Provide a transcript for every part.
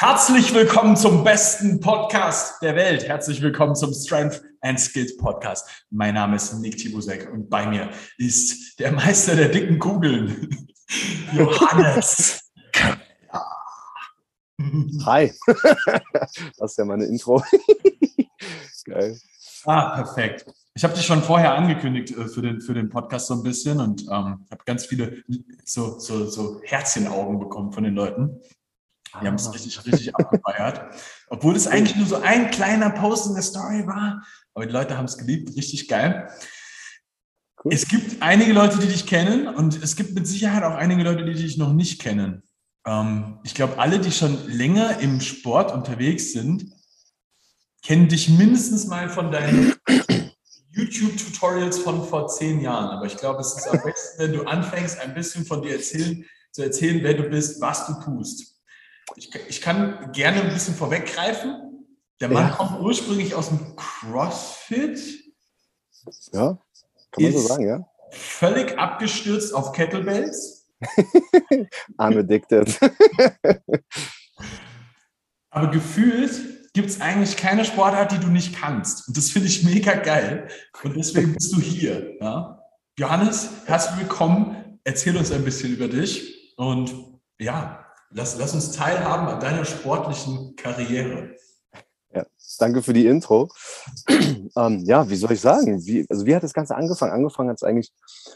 Herzlich willkommen zum besten Podcast der Welt. Herzlich willkommen zum Strength and Skills Podcast. Mein Name ist Nick Tibusek und bei mir ist der Meister der dicken Kugeln, Johannes. Hi. Das ist ja meine Intro. Geil. Perfekt. Ich habe dich schon vorher angekündigt für den Podcast so ein bisschen und habe ganz viele so Herzchenaugen bekommen von den Leuten. Die haben es richtig abgefeiert. Obwohl es eigentlich nur so ein kleiner Post in der Story war. Aber die Leute haben es geliebt. Richtig geil. Cool. Es gibt einige Leute, die dich kennen. Und es gibt mit Sicherheit auch einige Leute, die dich noch nicht kennen. Ich glaube, alle, die schon länger im Sport unterwegs sind, kennen dich mindestens mal von deinen YouTube-Tutorials von vor 10 Jahren. Aber ich glaube, es ist am besten, wenn du anfängst, ein bisschen von dir zu erzählen, wer du bist, was du tust. Ich kann gerne ein bisschen vorweggreifen. Der Mann kommt ursprünglich aus dem CrossFit. Ja, kann man so sagen, ja. Völlig abgestürzt auf Kettlebells. I'm addicted. Aber gefühlt gibt es eigentlich keine Sportart, die du nicht kannst. Und das finde ich mega geil. Und deswegen bist du hier. Ja? Johannes, herzlich willkommen. Erzähl uns ein bisschen über dich. Und ja, Lass uns teilhaben an deiner sportlichen Karriere. Ja, danke für die Intro. Ja, wie soll ich sagen? Wie hat das Ganze angefangen? Angefangen hat es eigentlich,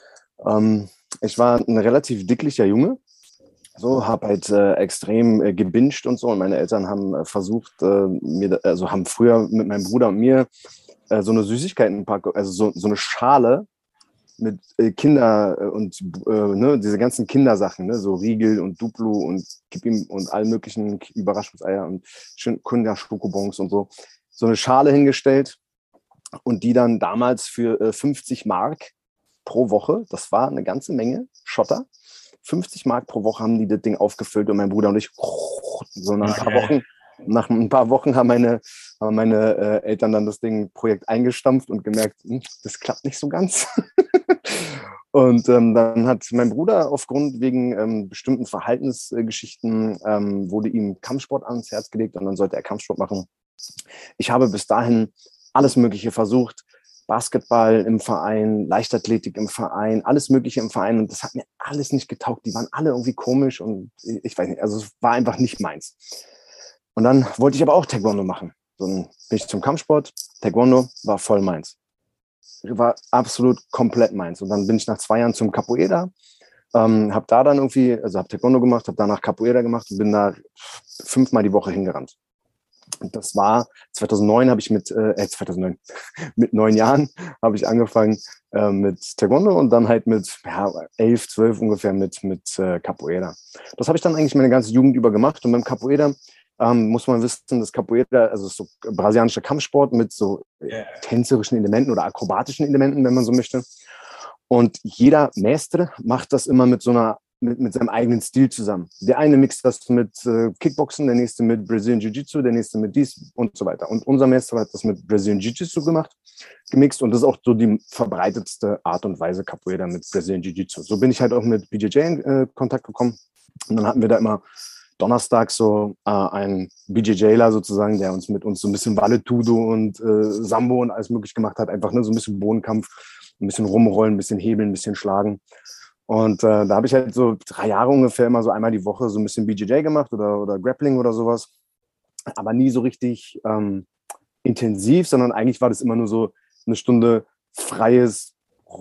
ich war ein relativ dicklicher Junge, so, habe halt extrem gebinged und so. Und meine Eltern haben versucht, haben früher mit meinem Bruder und mir so eine Süßigkeitenpackung, also so eine Schale mit Kinder und diese ganzen Kindersachen, ne, so Riegel und Duplo und Gib ihm und all möglichen Überraschungseier und Kinder-Schokobons und so eine Schale hingestellt und die dann damals für 50 Mark pro Woche, das war eine ganze Menge Schotter, 50 Mark pro Woche haben die das Ding aufgefüllt und mein Bruder und ich, so nach ein paar Wochen haben meine Eltern dann das Projekt eingestampft und gemerkt, das klappt nicht so ganz. Und dann hat mein Bruder wegen bestimmten Verhaltensgeschichten, wurde ihm Kampfsport ans Herz gelegt und dann sollte er Kampfsport machen. Ich habe bis dahin alles Mögliche versucht, Basketball im Verein, Leichtathletik im Verein, alles Mögliche im Verein und das hat mir alles nicht getaugt. Die waren alle irgendwie komisch und ich weiß nicht, also es war einfach nicht meins. Und dann wollte ich aber auch Taekwondo machen. So, dann bin ich zum Kampfsport. Taekwondo war voll meins. War absolut komplett meins. Und dann bin ich nach 2 Jahren zum Capoeira. Habe da dann habe Taekwondo gemacht, habe danach Capoeira gemacht und bin da 5-mal die Woche hingerannt. Und das war 2009 habe ich mit 9 Jahren habe ich angefangen mit Taekwondo und dann halt mit 11, 12 ungefähr mit Capoeira. Das habe ich dann eigentlich meine ganze Jugend über gemacht und beim Capoeira muss man wissen, das Capoeira, also so brasilianischer Kampfsport mit so tänzerischen Elementen oder akrobatischen Elementen, wenn man so möchte. Und jeder Mestre macht das immer mit seinem eigenen Stil zusammen. Der eine mixt das mit Kickboxen, der nächste mit Brazilian Jiu-Jitsu, der nächste mit dies und so weiter. Und unser Mestre hat das mit Brazilian Jiu-Jitsu gemixt und das ist auch so die verbreitetste Art und Weise Capoeira mit Brazilian Jiu-Jitsu. So bin ich halt auch mit BJJ in Kontakt gekommen und dann hatten wir da immer donnerstags so ein BJJler sozusagen, der mit uns so ein bisschen Vale-Tudo und Sambo und alles möglich gemacht hat. Einfach so ein bisschen Bodenkampf, ein bisschen rumrollen, ein bisschen hebeln, ein bisschen schlagen. Und da habe ich halt so 3 Jahre ungefähr immer so einmal die Woche so ein bisschen BJJ gemacht oder Grappling oder sowas. Aber nie so richtig intensiv, sondern eigentlich war das immer nur so eine Stunde freies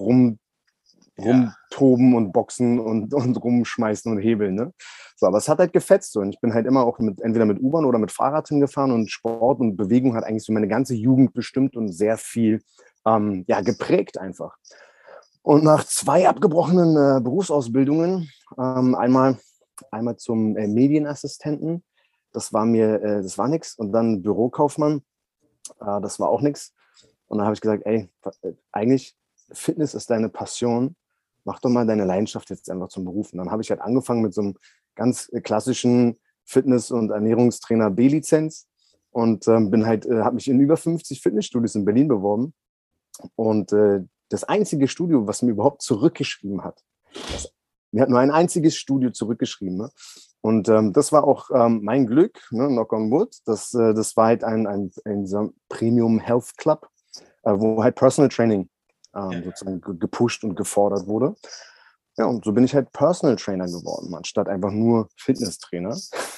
rumtoben und boxen und rumschmeißen und hebeln, ne? So, aber es hat halt gefetzt so. Und ich bin halt immer auch entweder mit U-Bahn oder mit Fahrrad hingefahren und Sport und Bewegung hat eigentlich so meine ganze Jugend bestimmt und sehr viel geprägt einfach. Und nach 2 abgebrochenen Berufsausbildungen, einmal zum Medienassistenten, das war nichts, und dann Bürokaufmann, das war auch nichts. Und dann habe ich gesagt, ey, eigentlich Fitness ist deine Passion, mach doch mal deine Leidenschaft jetzt einfach zum Beruf. Und dann habe ich halt angefangen mit so einem ganz klassischen Fitness- und Ernährungstrainer B-Lizenz und habe mich in über 50 Fitnessstudios in Berlin beworben. Und das einzige Studio, was mir überhaupt zurückgeschrieben hat, mir hat nur ein einziges Studio zurückgeschrieben, ne? Und das war auch mein Glück, ne, knock on wood. Das war halt ein so Premium Health Club, wo halt Personal Training sozusagen gepusht und gefordert wurde. Ja, und so bin ich halt Personal Trainer geworden, anstatt einfach nur Fitnesstrainer.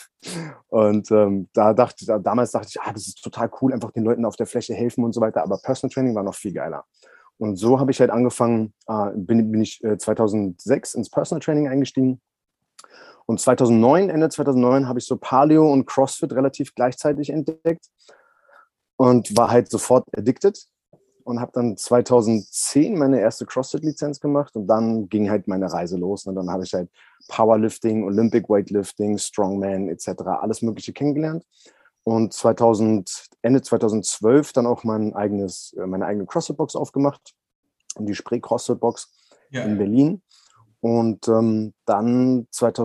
Und damals dachte ich, das ist total cool, einfach den Leuten auf der Fläche helfen und so weiter. Aber Personal Training war noch viel geiler. Und so habe ich halt angefangen, bin ich 2006 ins Personal Training eingestiegen. Und Ende 2009 habe ich so Paleo und CrossFit relativ gleichzeitig entdeckt und war halt sofort addicted und habe dann 2010 meine erste CrossFit-Lizenz gemacht und dann ging halt meine Reise los. Und dann habe ich halt Powerlifting, Olympic Weightlifting, Strongman etc. alles Mögliche kennengelernt. Und Ende 2012 dann auch meine eigene CrossFit-Box aufgemacht, die Spree CrossFit-Box in Berlin. Und dann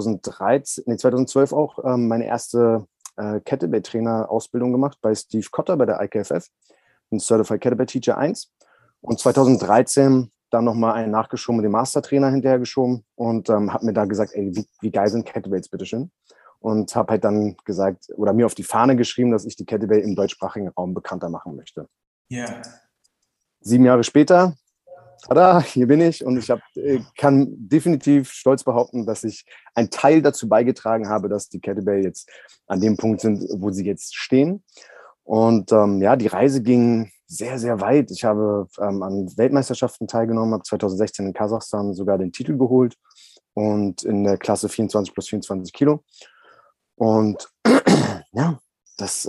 2012 auch meine erste Kettlebell-Trainer-Ausbildung gemacht bei Steve Cotter bei der IKFF, ein Certified Kettlebell Teacher 1. Und 2013 dann nochmal einen nachgeschoben, den Mastertrainer hinterhergeschoben und habe mir da gesagt, ey, wie geil sind Kettlebells, bitteschön. Und habe halt dann gesagt oder mir auf die Fahne geschrieben, dass ich die Kettlebell im deutschsprachigen Raum bekannter machen möchte. Ja. 7 Jahre später, tada, hier bin ich und ich kann definitiv stolz behaupten, dass ich einen Teil dazu beigetragen habe, dass die Kettlebell jetzt an dem Punkt sind, wo sie jetzt stehen. Und die Reise ging sehr, sehr weit. Ich habe an Weltmeisterschaften teilgenommen, habe 2016 in Kasachstan sogar den Titel geholt und in der Klasse 24 plus 24 Kilo. Und ja, das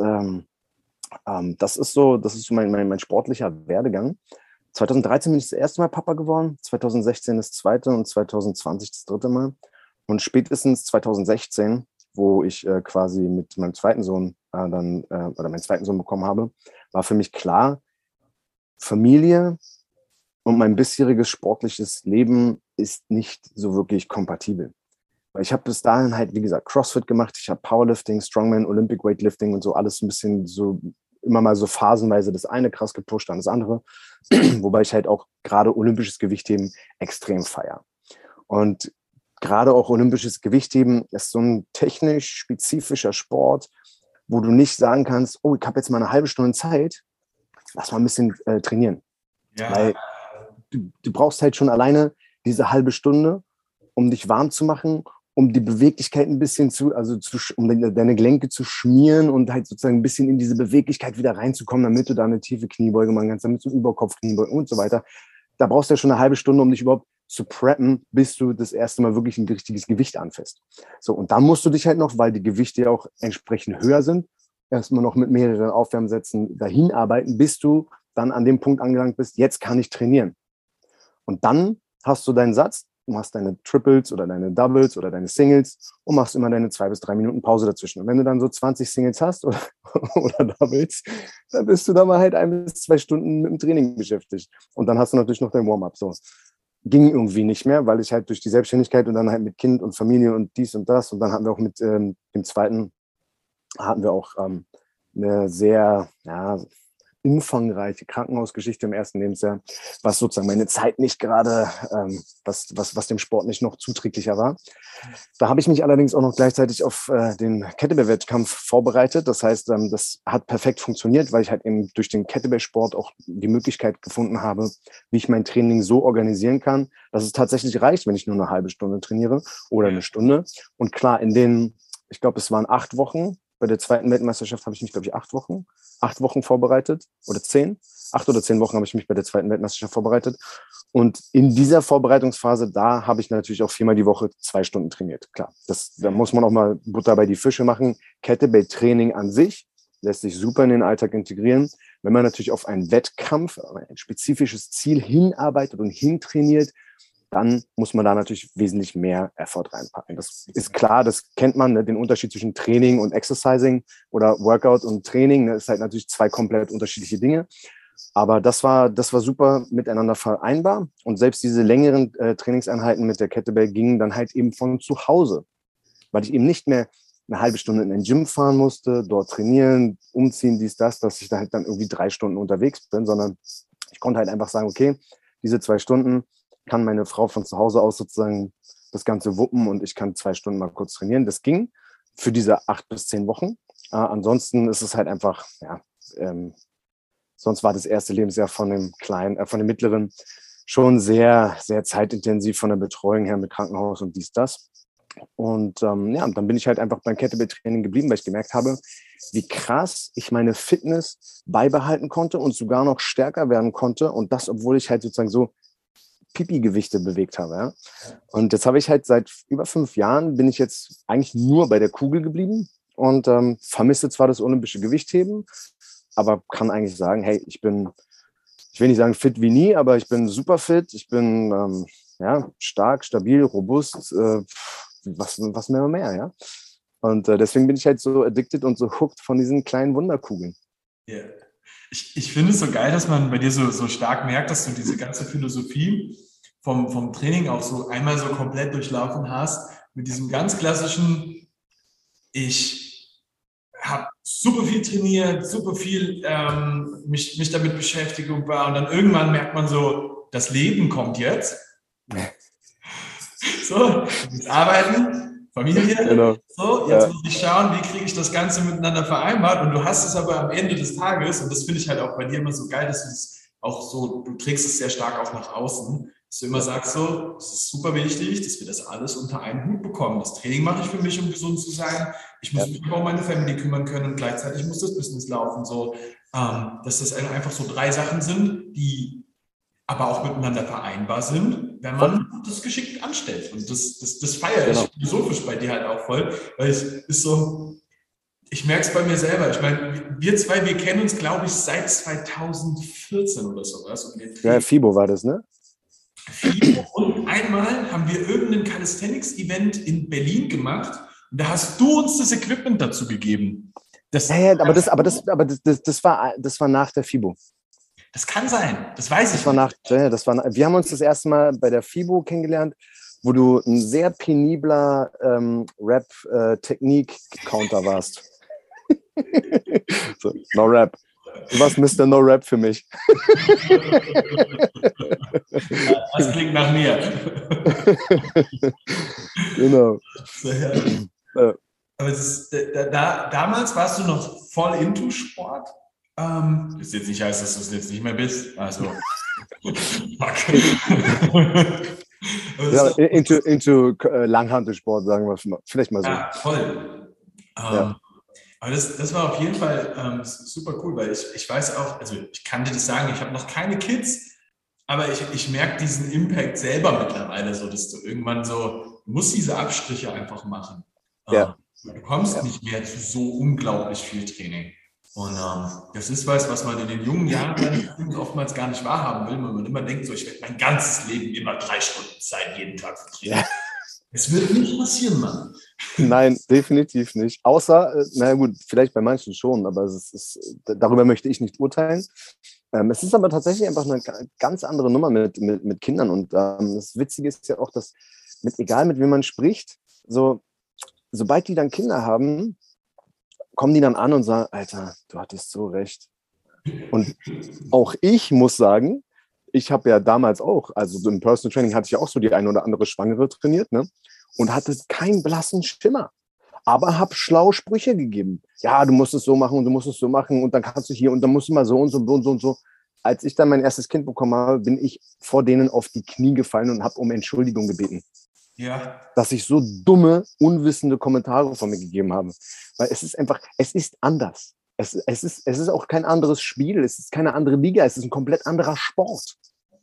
ist so mein sportlicher Werdegang. 2013 bin ich das erste Mal Papa geworden, 2016 das zweite und 2020 das dritte Mal. Und spätestens 2016, wo ich quasi mit meinem zweiten Sohn meinen zweiten Sohn bekommen habe, war für mich klar, Familie und mein bisheriges sportliches Leben ist nicht so wirklich kompatibel. Weil ich habe bis dahin halt, wie gesagt, CrossFit gemacht, ich habe Powerlifting, Strongman, Olympic Weightlifting und so alles ein bisschen so immer mal so phasenweise das eine krass gepusht, dann das andere. Wobei ich halt auch gerade olympisches Gewichtheben extrem feiere. Und gerade auch olympisches Gewichtheben ist so ein technisch spezifischer Sport, wo du nicht sagen kannst, oh, ich habe jetzt mal eine halbe Stunde Zeit, lass mal ein bisschen trainieren. Ja. Weil du brauchst halt schon alleine diese halbe Stunde, um dich warm zu machen, um die Beweglichkeit ein bisschen um deine Gelenke zu schmieren und halt sozusagen ein bisschen in diese Beweglichkeit wieder reinzukommen, damit du da eine tiefe Kniebeuge machen kannst, damit du Überkopfkniebeugen und so weiter. Da brauchst du ja schon eine halbe Stunde, um dich überhaupt zu preppen, bis du das erste Mal wirklich ein richtiges Gewicht anfasst. So, und dann musst du dich halt noch, weil die Gewichte ja auch entsprechend höher sind, erstmal noch mit mehreren Aufwärmsätzen dahin arbeiten, bis du dann an dem Punkt angelangt bist, jetzt kann ich trainieren. Und dann hast du deinen Satz, du machst deine Triples oder deine Doubles oder deine Singles und machst immer deine 2 bis 3 Minuten Pause dazwischen. Und wenn du dann so 20 Singles hast oder Doubles, dann bist du da mal halt 1 bis 2 Stunden mit dem Training beschäftigt. Und dann hast du natürlich noch dein Warm-up. So. Ging irgendwie nicht mehr, weil ich halt durch die Selbstständigkeit und dann halt mit Kind und Familie und dies und das und dann hatten wir auch mit dem zweiten eine sehr umfangreiche Krankenhausgeschichte im ersten Lebensjahr, was sozusagen meine Zeit nicht gerade, was dem Sport nicht noch zuträglicher war. Da habe ich mich allerdings auch noch gleichzeitig auf den Kettlebell-Wettkampf vorbereitet. Das heißt, das hat perfekt funktioniert, weil ich halt eben durch den Kettlebell-Sport auch die Möglichkeit gefunden habe, wie ich mein Training so organisieren kann, dass es tatsächlich reicht, wenn ich nur eine halbe Stunde trainiere oder eine Stunde. Und klar, ich glaube, es waren 8 Wochen. Bei der zweiten Weltmeisterschaft habe ich mich, glaube ich, 8 Wochen vorbereitet oder 10. 8 oder 10 Wochen habe ich mich bei der zweiten Weltmeisterschaft vorbereitet. Und in dieser Vorbereitungsphase, da habe ich natürlich auch 4-mal die Woche 2 Stunden trainiert. Klar, da muss man auch mal Butter bei die Fische machen. Kettlebell-Training an sich lässt sich super in den Alltag integrieren. Wenn man natürlich auf einen Wettkampf, ein spezifisches Ziel hinarbeitet und hintrainiert, dann muss man da natürlich wesentlich mehr Effort reinpacken. Das ist klar, das kennt man, ne? Den Unterschied zwischen Training und Exercising oder Workout und Training, ne, ist halt natürlich 2 komplett unterschiedliche Dinge. Aber das war super miteinander vereinbar. Und selbst diese längeren Trainingseinheiten mit der Kettlebell gingen dann halt eben von zu Hause, weil ich eben nicht mehr eine halbe Stunde in den Gym fahren musste, dort trainieren, umziehen, dies, das, dass ich da halt dann irgendwie 3 Stunden unterwegs bin, sondern ich konnte halt einfach sagen, okay, diese 2 Stunden kann meine Frau von zu Hause aus sozusagen das Ganze wuppen und ich kann 2 Stunden mal kurz trainieren. Das ging für diese 8 bis 10 Wochen. Ansonsten ist es halt einfach, ja, sonst war das erste Lebensjahr von dem Mittleren schon sehr, sehr zeitintensiv von der Betreuung her mit Krankenhaus und dies, das. Und dann bin ich halt einfach beim Kettlebell-Training geblieben, weil ich gemerkt habe, wie krass ich meine Fitness beibehalten konnte und sogar noch stärker werden konnte. Und das, obwohl ich halt sozusagen so Pipi-Gewichte bewegt habe. Ja? Und jetzt habe ich halt seit über 5 Jahren, bin ich jetzt eigentlich nur bei der Kugel geblieben und vermisse zwar das olympische Gewichtheben, aber kann eigentlich sagen, hey, ich will nicht sagen fit wie nie, aber ich bin super fit, ich bin stark, stabil, robust, was mehr, ja. Und deswegen bin ich halt so addicted und so hooked von diesen kleinen Wunderkugeln. Ja. Ich finde es so geil, dass man bei dir so stark merkt, dass du diese ganze Philosophie vom Training auch so einmal so komplett durchlaufen hast, mit diesem ganz klassischen, ich habe super viel trainiert, super viel mich damit beschäftigt und dann irgendwann merkt man so, das Leben kommt jetzt. So, jetzt arbeiten, Familie, genau. So, jetzt muss ich schauen, wie kriege ich das Ganze miteinander vereinbart, und du hast es aber am Ende des Tages, und das finde ich halt auch bei dir immer so geil, dass du es auch so, du trägst es sehr stark auch nach außen, dass du immer sagst so, es ist super wichtig, dass wir das alles unter einen Hut bekommen. Das Training mache ich für mich, um gesund zu sein, ich muss mich aber um meine Family kümmern können und gleichzeitig muss das Business laufen, so, dass das einfach so 3 Sachen sind, die aber auch miteinander vereinbar sind, wenn man das geschickt anstellt. Und das feiere ich philosophisch bei dir halt auch voll, weil es ist so, ich merke es bei mir selber. Ich meine, wir zwei, wir kennen uns, glaube ich, seit 2014 oder sowas. Ja, FIBO war das, ne? FIBO. Und einmal haben wir irgendein Calisthenics-Event in Berlin gemacht und da hast du uns das Equipment dazu gegeben. Das war nach der FIBO. Das kann sein, das weiß ich nicht. Wir haben uns das erste Mal bei der FIBO kennengelernt, wo du ein sehr penibler Rap-Technik-Counter warst. So, no Rap. Du warst Mr. No Rap für mich. Das klingt nach mir. Genau. Aber damals warst du noch voll into Sport? Das jetzt nicht heißt, dass du es jetzt nicht mehr bist. Also. Ja, into Langhantelsport, sagen wir mal. Vielleicht mal so. Ja, voll. Aber das war auf jeden Fall super cool, weil ich weiß auch, also ich kann dir das sagen, ich habe noch keine Kids, aber ich merke diesen Impact selber mittlerweile so, dass du irgendwann so, du musst diese Abstriche einfach machen. Ja. Du kommst nicht mehr zu so unglaublich viel Training. Und das ist was man in den jungen Jahren oftmals gar nicht wahrhaben will, weil man immer denkt, so, ich werde mein ganzes Leben immer 3 Stunden Zeit jeden Tag für Training. Ja. Es wird nicht passieren, Mann. Nein, definitiv nicht. Außer, naja gut, vielleicht bei manchen schon, aber darüber möchte ich nicht urteilen. Es ist aber tatsächlich einfach eine ganz andere Nummer mit Kindern. Und das Witzige ist ja auch, dass egal mit wem man spricht, sobald die dann Kinder haben, kommen die dann an und sagen, Alter, du hattest so recht. Und auch ich muss sagen, ich habe ja damals auch, also im Personal Training hatte ich auch so die eine oder andere Schwangere trainiert, ne? Und hatte keinen blassen Schimmer. Aber habe schlaue Sprüche gegeben. Ja, du musst es so machen und du musst es so machen und dann kannst du hier und dann musst du mal so und so und so und so. Als ich dann mein erstes Kind bekommen habe, bin ich vor denen auf die Knie gefallen und habe um Entschuldigung gebeten. Ja. Dass ich so dumme, unwissende Kommentare von mir gegeben habe. Weil es ist einfach, es ist anders. Es ist auch kein anderes Spiel, es ist keine andere Liga, es ist ein komplett anderer Sport.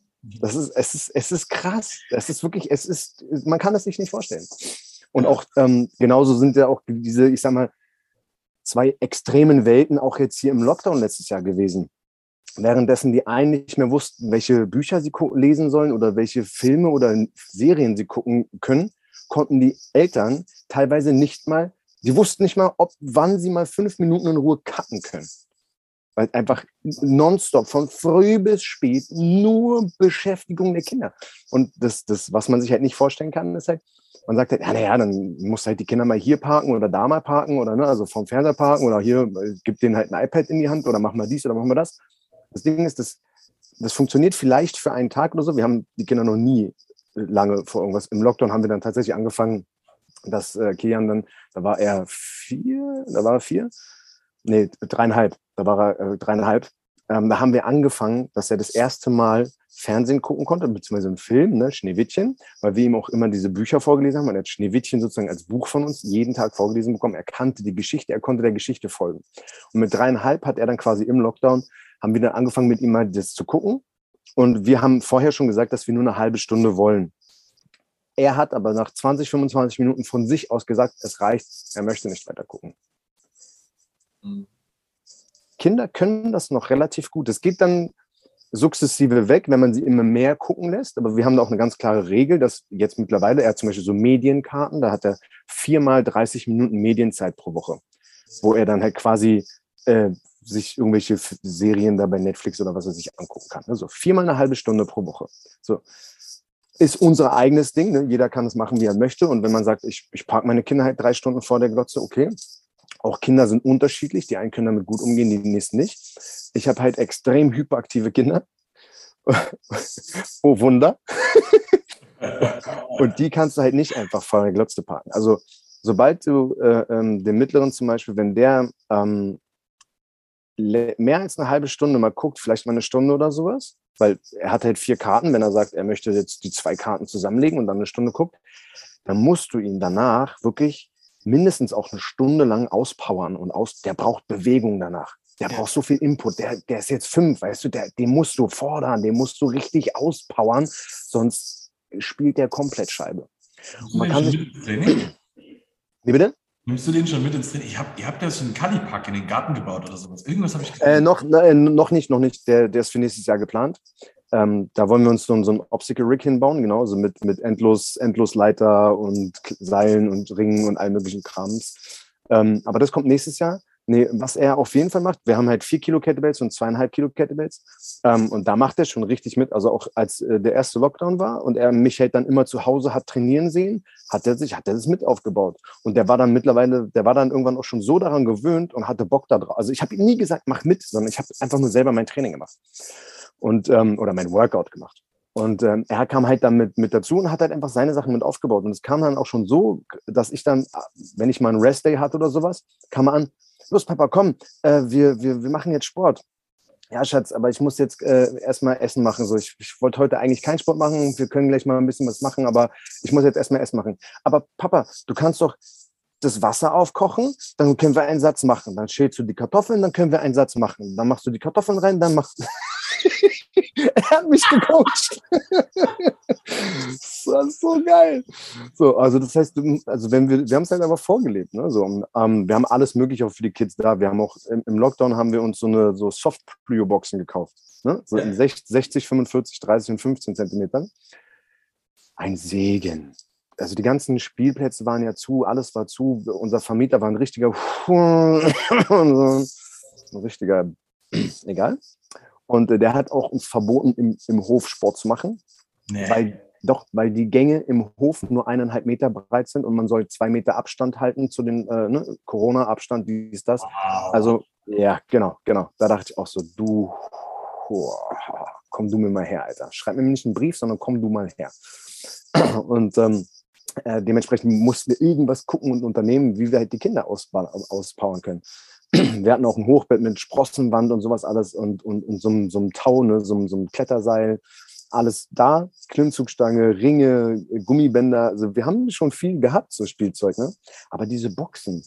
Es ist krass. Es ist wirklich, man kann es sich nicht vorstellen. Und auch genauso sind ja auch diese, ich sag mal, 2 extremen Welten auch jetzt hier im Lockdown letztes Jahr gewesen. Währenddessen die einen nicht mehr wussten, welche Bücher sie lesen sollen oder welche Filme oder Serien sie gucken können, konnten die Eltern teilweise nicht mal, sie wussten nicht mal, wann sie mal 5 Minuten in Ruhe cutten können. Weil einfach nonstop, von früh bis spät, nur Beschäftigung der Kinder. Und das, was man sich halt nicht vorstellen kann, ist halt, man sagt halt, naja, dann muss halt die Kinder mal hier parken oder da mal parken oder ne, also vom Fernseher parken oder hier, gib denen halt ein iPad in die Hand oder mach mal dies oder mach mal das. Das Ding ist, das funktioniert vielleicht für einen Tag oder so. Wir haben die Kinder noch nie lange vor irgendwas. Im Lockdown haben wir dann tatsächlich angefangen, dass Kian dann, da war er 4, nee, 3,5, da war er 3,5. Da haben wir angefangen, dass er das erste Mal Fernsehen gucken konnte, beziehungsweise einen Film, ne, Schneewittchen, weil wir ihm auch immer diese Bücher vorgelesen haben. Er hat Schneewittchen sozusagen als Buch von uns jeden Tag vorgelesen bekommen. Er kannte die Geschichte, er konnte der Geschichte folgen. Und mit 3,5 hat er dann quasi im Lockdown, haben wir dann angefangen, mit ihm mal das zu gucken. Und wir haben vorher schon gesagt, dass wir nur eine halbe Stunde wollen. Er hat aber nach 20, 25 Minuten von sich aus gesagt, es reicht, er möchte nicht weiter gucken. Mhm. Kinder können das noch relativ gut. Es geht dann sukzessive weg, wenn man sie immer mehr gucken lässt. Aber wir haben da auch eine ganz klare Regel, dass jetzt mittlerweile, er hat zum Beispiel so Medienkarten, da hat er 4-mal 30 Minuten Medienzeit pro Woche, wo er dann halt quasi sich irgendwelche Serien da bei Netflix oder was er sich angucken kann. Also 4-mal eine halbe Stunde pro Woche. So. Ist unser eigenes Ding. Ne? Jeder kann es machen, wie er möchte. Und wenn man sagt, ich parke meine Kinder halt 3 Stunden vor der Glotze, okay. Auch Kinder sind unterschiedlich. Die einen können damit gut umgehen, die nächsten nicht. Ich habe halt extrem hyperaktive Kinder. Oh Wunder. Und die kannst du halt nicht einfach vor der Glotze parken. Also sobald du den Mittleren zum Beispiel, wenn der mehr als eine halbe Stunde mal guckt, vielleicht mal eine Stunde oder sowas, weil er hat halt 4 Karten, wenn er sagt, er möchte jetzt die 2 Karten zusammenlegen und dann eine Stunde guckt, dann musst du ihn danach wirklich mindestens auch eine Stunde lang auspowern und der braucht Bewegung danach. Der braucht so viel Input. Der ist jetzt 5, weißt du, den musst du fordern, den musst du richtig auspowern, sonst spielt der komplett Scheibe. Und man kann sich... Wie bitte? Nimmst du den schon mit ins Training? Ihr habt ja so einen Kalli-Pack in den Garten gebaut oder sowas. Irgendwas habe ich gesehen. Noch nicht. Der ist für nächstes Jahr geplant. Da wollen wir uns so ein Obstacle-Rig hinbauen, genau, also mit endlos Leiter und Seilen und Ringen und allem möglichen Krams. Aber das kommt nächstes Jahr. Nee, was er auf jeden Fall macht, wir haben halt 4 Kilo Kettlebells und 2,5 Kilo Kettlebells. Und da macht er schon richtig mit. Also auch als der erste Lockdown war und er mich halt dann immer zu Hause hat trainieren sehen, hat er das mit aufgebaut. Und der war dann irgendwann auch schon so daran gewöhnt und hatte Bock da drauf. Also ich habe ihm nie gesagt, mach mit, sondern ich habe einfach nur selber mein Training gemacht. Oder mein Workout gemacht. Und er kam halt dann mit dazu und hat halt einfach seine Sachen mit aufgebaut. Und es kam dann auch schon so, dass ich dann, wenn ich mal einen Rest-Day hatte oder sowas, kam er an, los Papa, komm, wir machen jetzt Sport. Ja, Schatz, aber ich muss jetzt erstmal Essen machen. So, ich wollte heute eigentlich keinen Sport machen, wir können gleich mal ein bisschen was machen, aber ich muss jetzt erstmal Essen machen. Aber Papa, du kannst doch das Wasser aufkochen, dann können wir einen Satz machen. Dann schälst du die Kartoffeln, dann können wir einen Satz machen. Dann machst du die Kartoffeln rein, dann machst du... Er hat mich gecoacht. Das war so geil. So, also das heißt, wir haben es halt einfach vorgelebt. Ne? So, wir haben alles Mögliche auch für die Kids da. Wir haben auch im Lockdown haben wir uns so Soft-Plyo-Boxen gekauft. Ne? So in 60, 45, 30 und 15 Zentimetern. Ein Segen. Also die ganzen Spielplätze waren ja zu, alles war zu. Unser Vermieter war ein richtiger egal. Und der hat auch uns verboten, im Hof Sport zu machen, nee. weil die Gänge im Hof nur 1,5 Meter breit sind und man soll 2 Meter Abstand halten zu den Corona-Abstand, dies, das. Wow. Also, ja, genau. Da dachte ich auch so, komm du mir mal her, Alter. Schreib mir nicht einen Brief, sondern komm du mal her. Und dementsprechend mussten wir irgendwas gucken und unternehmen, wie wir halt die Kinder auspowern können. Wir hatten auch ein Hochbett mit Sprossenwand und sowas alles und so einem Tau, ne, so einem Kletterseil, alles da, Klimmzugstange, Ringe, Gummibänder, also wir haben schon viel gehabt, so Spielzeug, ne? Aber diese Boxen,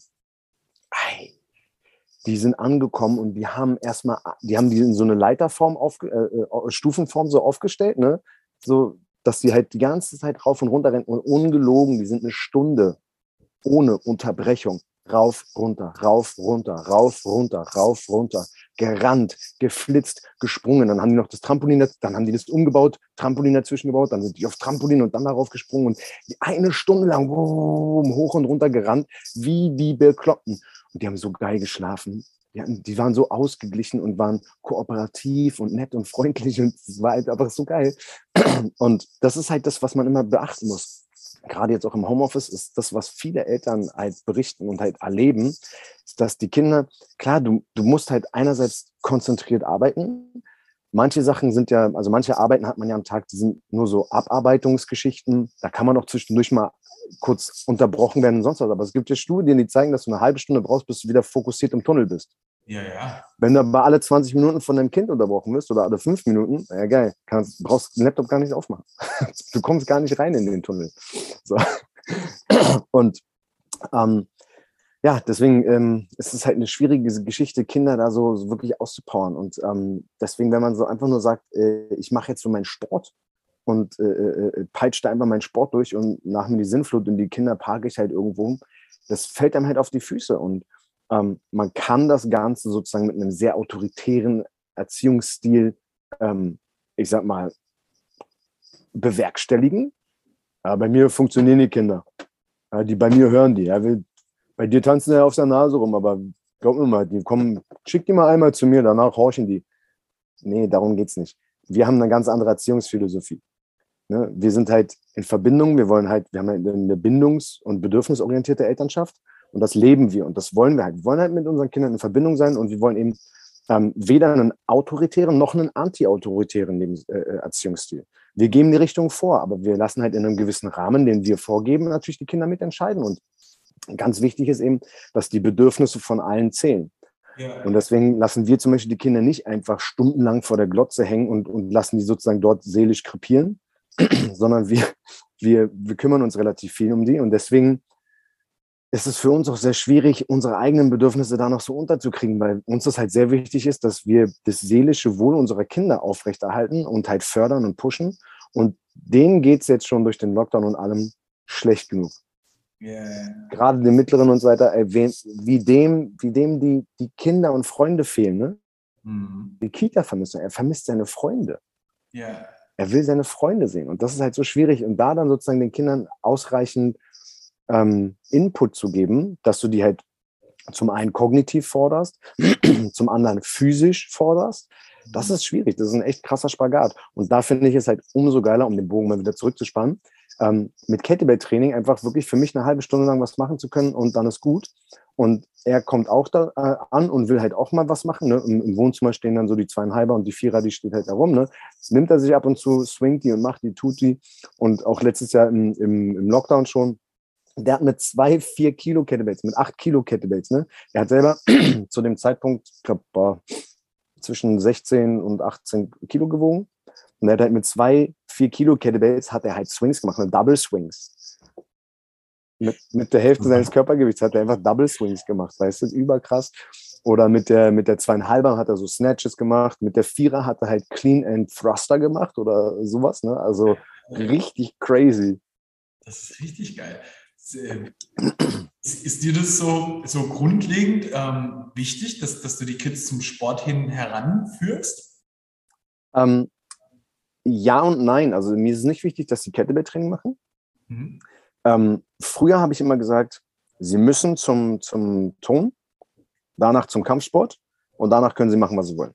die sind angekommen und die haben die in so eine Leiterform, Stufenform so aufgestellt, ne? So, dass die halt die ganze Zeit rauf und runter rennen und ungelogen, die sind eine Stunde ohne Unterbrechung. Rauf, runter, rauf, runter, rauf, runter, rauf, runter, gerannt, geflitzt, gesprungen. Dann haben die noch das Trampolin, dann haben die das umgebaut, Trampolin dazwischen gebaut, dann sind die auf Trampolin und dann darauf gesprungen und 1 Stunde lang hoch und runter gerannt, wie die Bekloppten. Und die haben so geil geschlafen. Die waren so ausgeglichen und waren kooperativ und nett und freundlich und es war halt einfach so geil. Und das ist halt das, was man immer beachten muss. Gerade jetzt auch im Homeoffice ist das, was viele Eltern halt berichten und halt erleben, ist, dass die Kinder, klar, du musst halt einerseits konzentriert arbeiten, manche Sachen sind ja, also manche Arbeiten hat man ja am Tag, die sind nur so Abarbeitungsgeschichten. Da kann man auch zwischendurch mal kurz unterbrochen werden und sonst was. Aber es gibt ja Studien, die zeigen, dass du eine halbe Stunde brauchst, bis du wieder fokussiert im Tunnel bist. Ja, ja. Wenn du aber alle 20 Minuten von deinem Kind unterbrochen wirst oder alle 5 Minuten, ja geil, brauchst den Laptop gar nicht aufmachen. Du kommst gar nicht rein in den Tunnel. So. Und ja, deswegen ist es halt eine schwierige Geschichte, Kinder da so wirklich auszupowern. Und deswegen, wenn man so einfach nur sagt, ich mache jetzt so meinen Sport und peitsche da einfach meinen Sport durch und nach mir die Sinnflut und die Kinder parke ich halt irgendwo, das fällt einem halt auf die Füße. Und man kann das Ganze sozusagen mit einem sehr autoritären Erziehungsstil, ich sag mal, bewerkstelligen. Ja, bei mir funktionieren die Kinder. Ja, die bei mir hören die. Ja, bei dir tanzen ja auf der Nase rum, aber glaub mir mal, die kommen, schick die mal einmal zu mir, danach horchen die. Nee, darum geht's nicht. Wir haben eine ganz andere Erziehungsphilosophie. Ne? Wir sind halt in Verbindung, wir haben halt eine bindungs- und bedürfnisorientierte Elternschaft und das leben wir und das wollen wir halt. Wir wollen halt mit unseren Kindern in Verbindung sein und wir wollen eben weder einen autoritären noch einen anti-autoritären Erziehungsstil. Wir geben die Richtung vor, aber wir lassen halt in einem gewissen Rahmen, den wir vorgeben, natürlich die Kinder mitentscheiden. Und ganz wichtig ist eben, dass die Bedürfnisse von allen zählen. Ja. Und deswegen lassen wir zum Beispiel die Kinder nicht einfach stundenlang vor der Glotze hängen und lassen die sozusagen dort seelisch krepieren, sondern wir kümmern uns relativ viel um die. Und deswegen ist es für uns auch sehr schwierig, unsere eigenen Bedürfnisse da noch so unterzukriegen, weil uns das halt sehr wichtig ist, dass wir das seelische Wohl unserer Kinder aufrechterhalten und halt fördern und pushen. Und denen geht es jetzt schon durch den Lockdown und allem schlecht genug. Yeah. Gerade den Mittleren und so weiter, wie dem die Kinder und Freunde fehlen, ne? Mhm. Die Kita vermisst er vermisst seine Freunde. Yeah. Er will seine Freunde sehen und das ist halt so schwierig und da dann sozusagen den Kindern ausreichend Input zu geben, dass du die halt zum einen kognitiv forderst, zum anderen physisch forderst, das ist schwierig, das ist ein echt krasser Spagat und da finde ich es halt umso geiler, um den Bogen mal wieder zurückzuspannen, mit Kettlebell-Training einfach wirklich für mich eine halbe Stunde lang was machen zu können und dann ist gut. Und er kommt auch da an und will halt auch mal was machen. Ne? Im Wohnzimmer stehen dann so die 2,5er und die 4er, die steht halt da rum. Ne? Das nimmt er sich ab und zu, swingt die und macht die, tut die. Und auch letztes Jahr im Lockdown schon, der hat mit 2 4 Kilo Kettlebells, mit 8 Kilo Kettlebells. Ne? Er hat selber zu dem Zeitpunkt, ich glaube, zwischen 16 und 18 Kilo gewogen. Und er hat halt mit 2 4 Kilo Kettlebells hat er halt Swings gemacht, Double Swings. Mit der Hälfte seines Körpergewichts hat er einfach Double Swings gemacht, weißt du, überkrass. Oder mit der 2,5er hat er so Snatches gemacht, mit der 4er hat er halt Clean and Thruster gemacht oder sowas, ne? Also richtig crazy. Das ist richtig geil. Ist dir das so grundlegend wichtig, dass du die Kids zum Sport hin heranführst? Ja und nein. Also mir ist es nicht wichtig, dass sie Kettlebell-Training machen. Mhm. Früher habe ich immer gesagt, sie müssen zum Ton, danach zum Kampfsport und danach können sie machen, was sie wollen.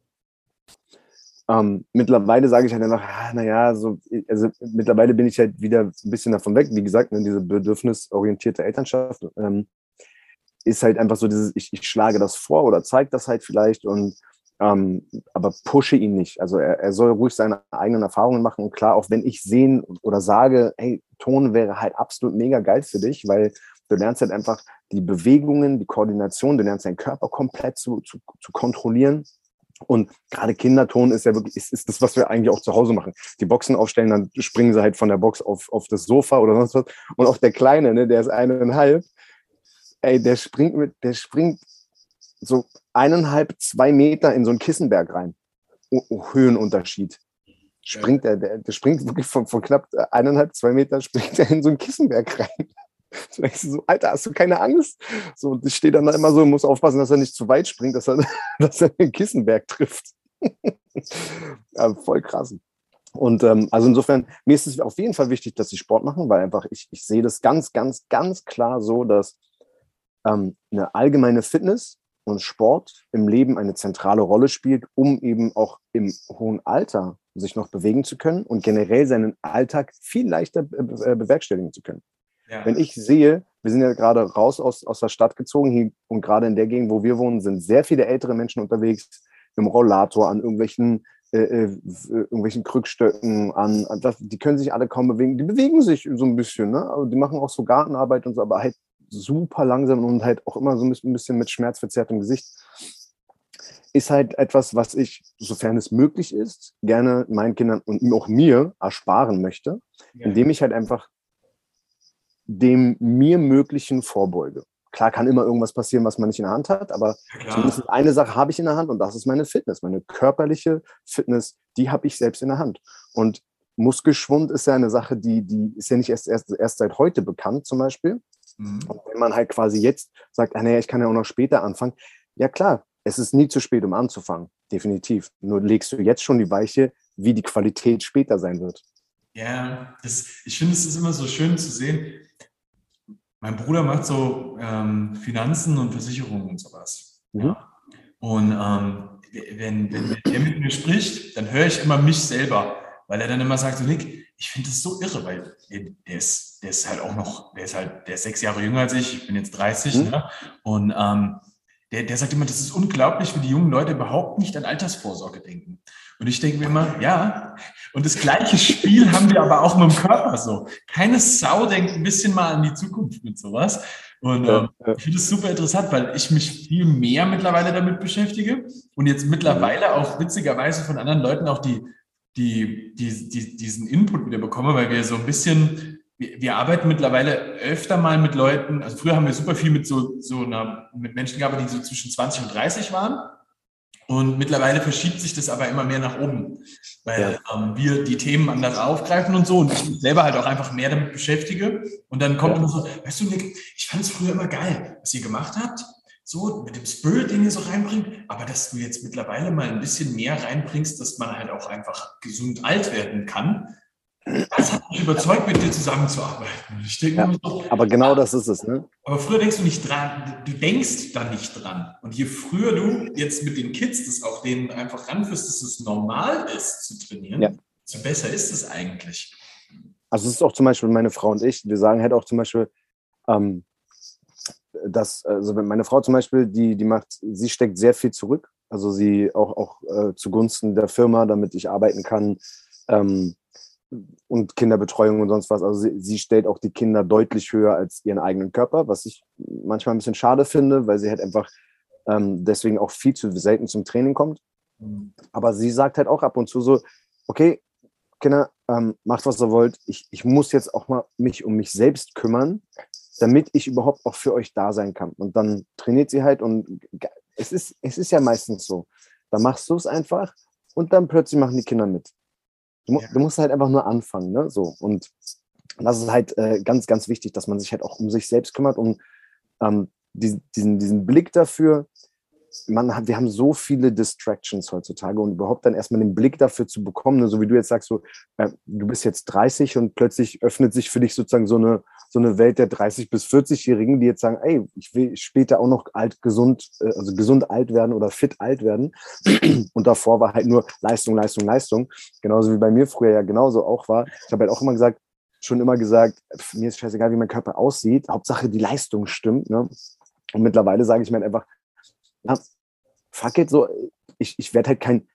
Mittlerweile sage ich halt einfach, naja, also mittlerweile bin ich halt wieder ein bisschen davon weg. Wie gesagt, ne, diese bedürfnisorientierte Elternschaft ist halt einfach so dieses, ich schlage das vor oder zeige das halt vielleicht und aber pushe ihn nicht. Also er soll ruhig seine eigenen Erfahrungen machen. Und klar, auch wenn ich sehen oder sage, hey, Ton wäre halt absolut mega geil für dich, weil du lernst halt einfach die Bewegungen, die Koordination, du lernst deinen Körper komplett zu kontrollieren. Und gerade Kinderton ist ja wirklich, ist das, was wir eigentlich auch zu Hause machen. Die Boxen aufstellen, dann springen sie halt von der Box auf das Sofa oder sonst was. Und auch der Kleine, ne, der ist 1,5, ey, der springt so 1,5, 2 Meter in so einen Kissenberg rein. Höhenunterschied. Springt der springt wirklich von knapp 1,5, 2 Meter, springt er in so einen Kissenberg rein. So denkst du so, Alter, hast du keine Angst? So, und ich stehe dann da immer so, muss aufpassen, dass er nicht zu weit springt, dass er den Kissenberg trifft. Ja, voll krass. Und also insofern, mir ist es auf jeden Fall wichtig, dass sie Sport machen, weil einfach ich sehe das ganz, ganz, ganz klar so, dass eine allgemeine Fitness und Sport im Leben eine zentrale Rolle spielt, um eben auch im hohen Alter sich noch bewegen zu können und generell seinen Alltag viel leichter bewerkstelligen zu können. Ja. Wenn ich sehe, wir sind ja gerade raus aus der Stadt gezogen hier, und gerade in der Gegend, wo wir wohnen, sind sehr viele ältere Menschen unterwegs, im Rollator, an irgendwelchen irgendwelchen Krückstöcken an. Die können sich alle kaum bewegen. Die bewegen sich so ein bisschen, ne? Aber die machen auch so Gartenarbeit und so, aber halt super langsam und halt auch immer so ein bisschen mit schmerzverzerrtem Gesicht. Ist halt etwas, was ich, sofern es möglich ist, gerne meinen Kindern und auch mir ersparen möchte, indem ich halt einfach dem mir Möglichen vorbeuge. Klar kann immer irgendwas passieren, was man nicht in der Hand hat, aber zumindest eine Sache habe ich in der Hand und das ist meine Fitness. Meine körperliche Fitness, die habe ich selbst in der Hand. Und Muskelschwund ist ja eine Sache, die ist ja nicht erst seit heute bekannt zum Beispiel. Und wenn man halt quasi jetzt sagt, naja, ich kann ja auch noch später anfangen, ja klar, es ist nie zu spät, um anzufangen, definitiv. Nur legst du jetzt schon die Weiche, wie die Qualität später sein wird. Ja, ich finde, es ist immer so schön zu sehen. Mein Bruder macht so Finanzen und Versicherungen und sowas. Ja. Und wenn er mit mir spricht, dann höre ich immer mich selber, weil er dann immer sagt, so Nick, ich finde das so irre, weil der ist halt auch noch, der ist 6 Jahre jünger als ich bin jetzt 30, ne? Und der sagt immer, das ist unglaublich, wie die jungen Leute überhaupt nicht an Altersvorsorge denken. Und ich denke mir immer, ja, und das gleiche Spiel haben wir aber auch mit dem Körper so. Keine Sau denkt ein bisschen mal an die Zukunft mit sowas. Und ich finde es super interessant, weil ich mich viel mehr mittlerweile damit beschäftige und jetzt mittlerweile auch witzigerweise von anderen Leuten auch diesen Input wieder bekomme, weil wir so ein bisschen, wir arbeiten mittlerweile öfter mal mit Leuten, also früher haben wir super viel mit mit Menschen gearbeitet, die so zwischen 20 und 30 waren. Und mittlerweile verschiebt sich das aber immer mehr nach oben, weil wir die Themen anders aufgreifen und so und ich mich selber halt auch einfach mehr damit beschäftige. Und dann kommt immer so, weißt du, Nick, ich fand es früher immer geil, was ihr gemacht habt, so mit dem Spirit, den ihr so reinbringt, aber dass du jetzt mittlerweile mal ein bisschen mehr reinbringst, dass man halt auch einfach gesund alt werden kann. Das hat mich überzeugt, mit dir zusammenzuarbeiten. Ich denke mir so, aber genau das ist es, ne? Aber früher denkst du nicht dran, du denkst da nicht dran. Und je früher du jetzt mit den Kids das auch denen einfach ranführst, dass es normal ist zu trainieren, desto besser ist es eigentlich. Also es ist auch zum Beispiel meine Frau und ich, wir sagen halt auch zum Beispiel, also meine Frau zum Beispiel, sie steckt sehr viel zurück, also sie auch zugunsten der Firma, damit ich arbeiten kann, und Kinderbetreuung und sonst was. Also sie stellt auch die Kinder deutlich höher als ihren eigenen Körper, was ich manchmal ein bisschen schade finde, weil sie halt einfach deswegen auch viel zu selten zum Training kommt. Aber sie sagt halt auch ab und zu so, okay, Kinder, macht, was ihr wollt. Ich muss jetzt auch mal mich um mich selbst kümmern, damit ich überhaupt auch für euch da sein kann. Und dann trainiert sie halt und es ist ja meistens so. Dann machst du es einfach und dann plötzlich machen die Kinder mit. Du musst halt einfach nur anfangen, ne? So. Und das ist halt ganz, ganz wichtig, dass man sich halt auch um sich selbst kümmert und diesen Blick dafür, wir haben so viele Distractions heutzutage und überhaupt dann erstmal den Blick dafür zu bekommen, ne? So wie du jetzt sagst, so, du bist jetzt 30 und plötzlich öffnet sich für dich sozusagen so eine Welt der 30- bis 40-Jährigen, die jetzt sagen, ey, ich will später auch noch gesund alt werden oder fit alt werden. Und davor war halt nur Leistung, Leistung, Leistung. Genauso wie bei mir früher ja genauso auch war. Ich habe halt auch schon immer gesagt, mir ist scheißegal, wie mein Körper aussieht. Hauptsache die Leistung stimmt. Ne? Und mittlerweile sage ich mir halt einfach, ja, fuck it, so, ich werde halt kein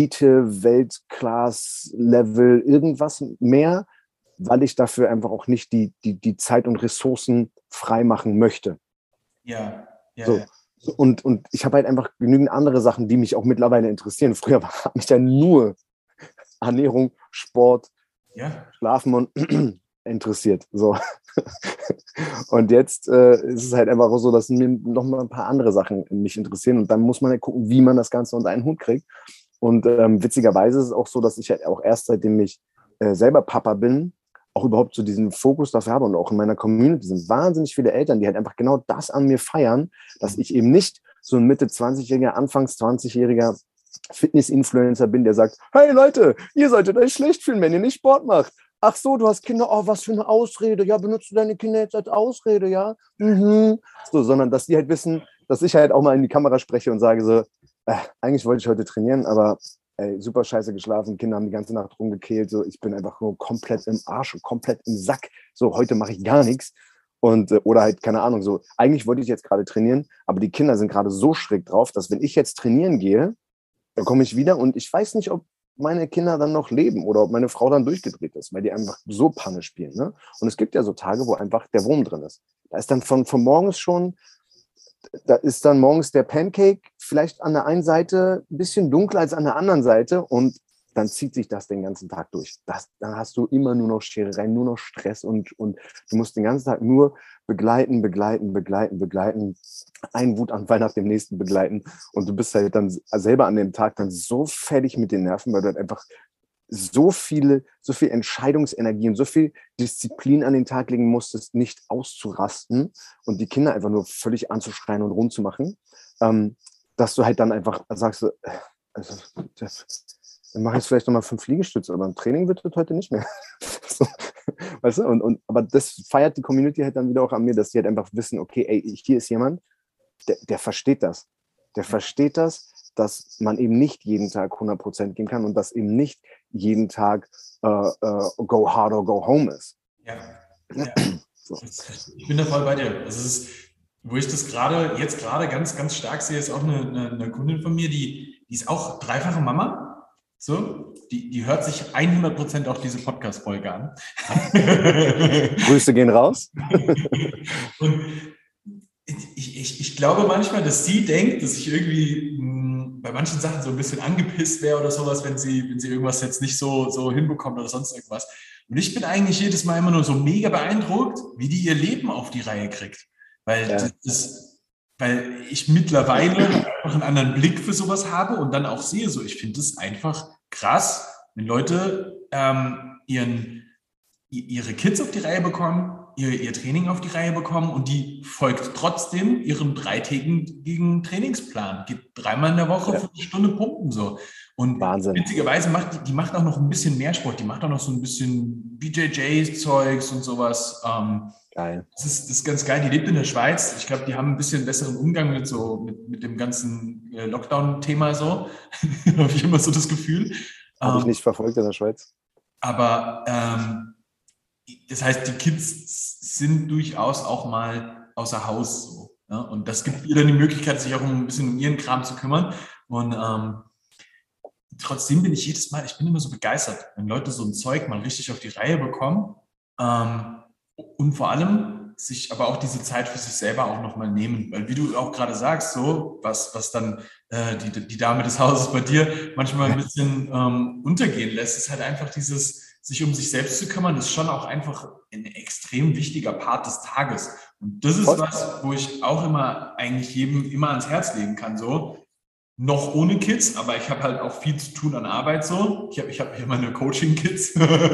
Elite-Weltklass-Level irgendwas mehr, weil ich dafür einfach auch nicht die Zeit und Ressourcen freimachen möchte. Ja. So. Und ich habe halt einfach genügend andere Sachen, die mich auch mittlerweile interessieren. Früher hat mich ja nur Ernährung, Sport, Schlafen und interessiert. So. Und jetzt ist es halt einfach so, dass mir noch mal ein paar andere Sachen mich interessieren und dann muss man halt gucken, wie man das Ganze unter einen Hut kriegt. Und witzigerweise ist es auch so, dass ich halt auch erst seitdem ich selber Papa bin, auch überhaupt so diesen Fokus dafür habe und auch in meiner Community sind wahnsinnig viele Eltern, die halt einfach genau das an mir feiern, dass ich eben nicht so ein Mitte-20-Jähriger, Anfangs-20-Jähriger Fitness-Influencer bin, der sagt, hey Leute, ihr solltet euch schlecht fühlen, wenn ihr nicht Sport macht. Ach so, du hast Kinder, oh, was für eine Ausrede. Ja, benutzt du deine Kinder jetzt als Ausrede, ja? Mhm. So, sondern dass die halt wissen, dass ich halt auch mal in die Kamera spreche und sage so, eigentlich wollte ich heute trainieren, aber super scheiße geschlafen, Kinder haben die ganze Nacht rumgekehlt, so, ich bin einfach nur komplett im Arsch und komplett im Sack. So, heute mache ich gar nichts. Und, oder halt, keine Ahnung, so, eigentlich wollte ich jetzt gerade trainieren, aber die Kinder sind gerade so schräg drauf, dass wenn ich jetzt trainieren gehe, dann komme ich wieder und ich weiß nicht, ob meine Kinder dann noch leben oder ob meine Frau dann durchgedreht ist, weil die einfach so Panne spielen. Ne? Und es gibt ja so Tage, wo einfach der Wurm drin ist. Da ist dann von morgens schon, da ist dann morgens der Pancake vielleicht an der einen Seite ein bisschen dunkler als an der anderen Seite und dann zieht sich das den ganzen Tag durch. Dann hast du immer nur noch Scherereien, nur noch Stress und du musst den ganzen Tag nur begleiten, einen Wutanfall nach dem nächsten begleiten und du bist halt dann selber an dem Tag dann so fertig mit den Nerven, weil du halt einfach so viel Entscheidungsenergie und so viel Disziplin an den Tag legen musstest, nicht auszurasten und die Kinder einfach nur völlig anzuschreien und rund zu machen, dass du halt dann einfach sagst, also dann mache ich jetzt vielleicht nochmal 5 Liegestütze, aber im Training wird das heute nicht mehr. So, weißt du? Aber das feiert die Community halt dann wieder auch an mir, dass die halt einfach wissen, okay, ey, hier ist jemand, der versteht das. Der versteht das, dass man eben nicht jeden Tag 100% gehen kann und dass eben nicht jeden Tag go hard or go home ist. Ja. So. Ich bin da voll bei dir. Also es ist, wo ich das jetzt gerade ganz, ganz stark sehe, ist auch eine Kundin von mir, die ist auch dreifache Mama. So, die hört sich 100% auch diese Podcast-Folge an. Grüße gehen raus. Und ich glaube manchmal, dass sie denkt, dass ich irgendwie bei manchen Sachen so ein bisschen angepisst wäre oder sowas, wenn sie irgendwas jetzt nicht so hinbekommt oder sonst irgendwas. Und ich bin eigentlich jedes Mal immer nur so mega beeindruckt, wie die ihr Leben auf die Reihe kriegt. Weil weil ich mittlerweile einfach einen anderen Blick für sowas habe und dann auch sehe, so ich finde es einfach krass, wenn Leute ihre Kids auf die Reihe bekommen, ihr Training auf die Reihe bekommen und die folgt trotzdem ihrem 3-tägigen Trainingsplan, geht 3-mal in der Woche für eine Stunde pumpen so. Und Wahnsinn. Witzigerweise macht die auch noch ein bisschen mehr Sport, die macht auch noch so ein bisschen BJJ-Zeugs und sowas. Geil. Das ist ganz geil. Die lebt in der Schweiz. Ich glaube, die haben ein bisschen besseren Umgang mit dem ganzen Lockdown-Thema so. Habe ich immer so das Gefühl. Habe ich nicht verfolgt in der Schweiz. Aber das heißt, die Kids sind durchaus auch mal außer Haus so. Ja? Und das gibt ihr dann die Möglichkeit, sich auch ein bisschen um ihren Kram zu kümmern. Und trotzdem bin ich immer so begeistert, wenn Leute so ein Zeug mal richtig auf die Reihe bekommen. Und vor allem sich aber auch diese Zeit für sich selber auch nochmal nehmen. Weil wie du auch gerade sagst, so, was dann die Dame des Hauses bei dir manchmal ein bisschen untergehen lässt, ist halt einfach dieses, sich um sich selbst zu kümmern, ist schon auch einfach ein extrem wichtiger Part des Tages. Und das ist was, wo ich auch eigentlich jedem immer ans Herz legen kann, so. Noch ohne Kids, aber ich habe halt auch viel zu tun an Arbeit so. Ich hab hier meine Coaching-Kids.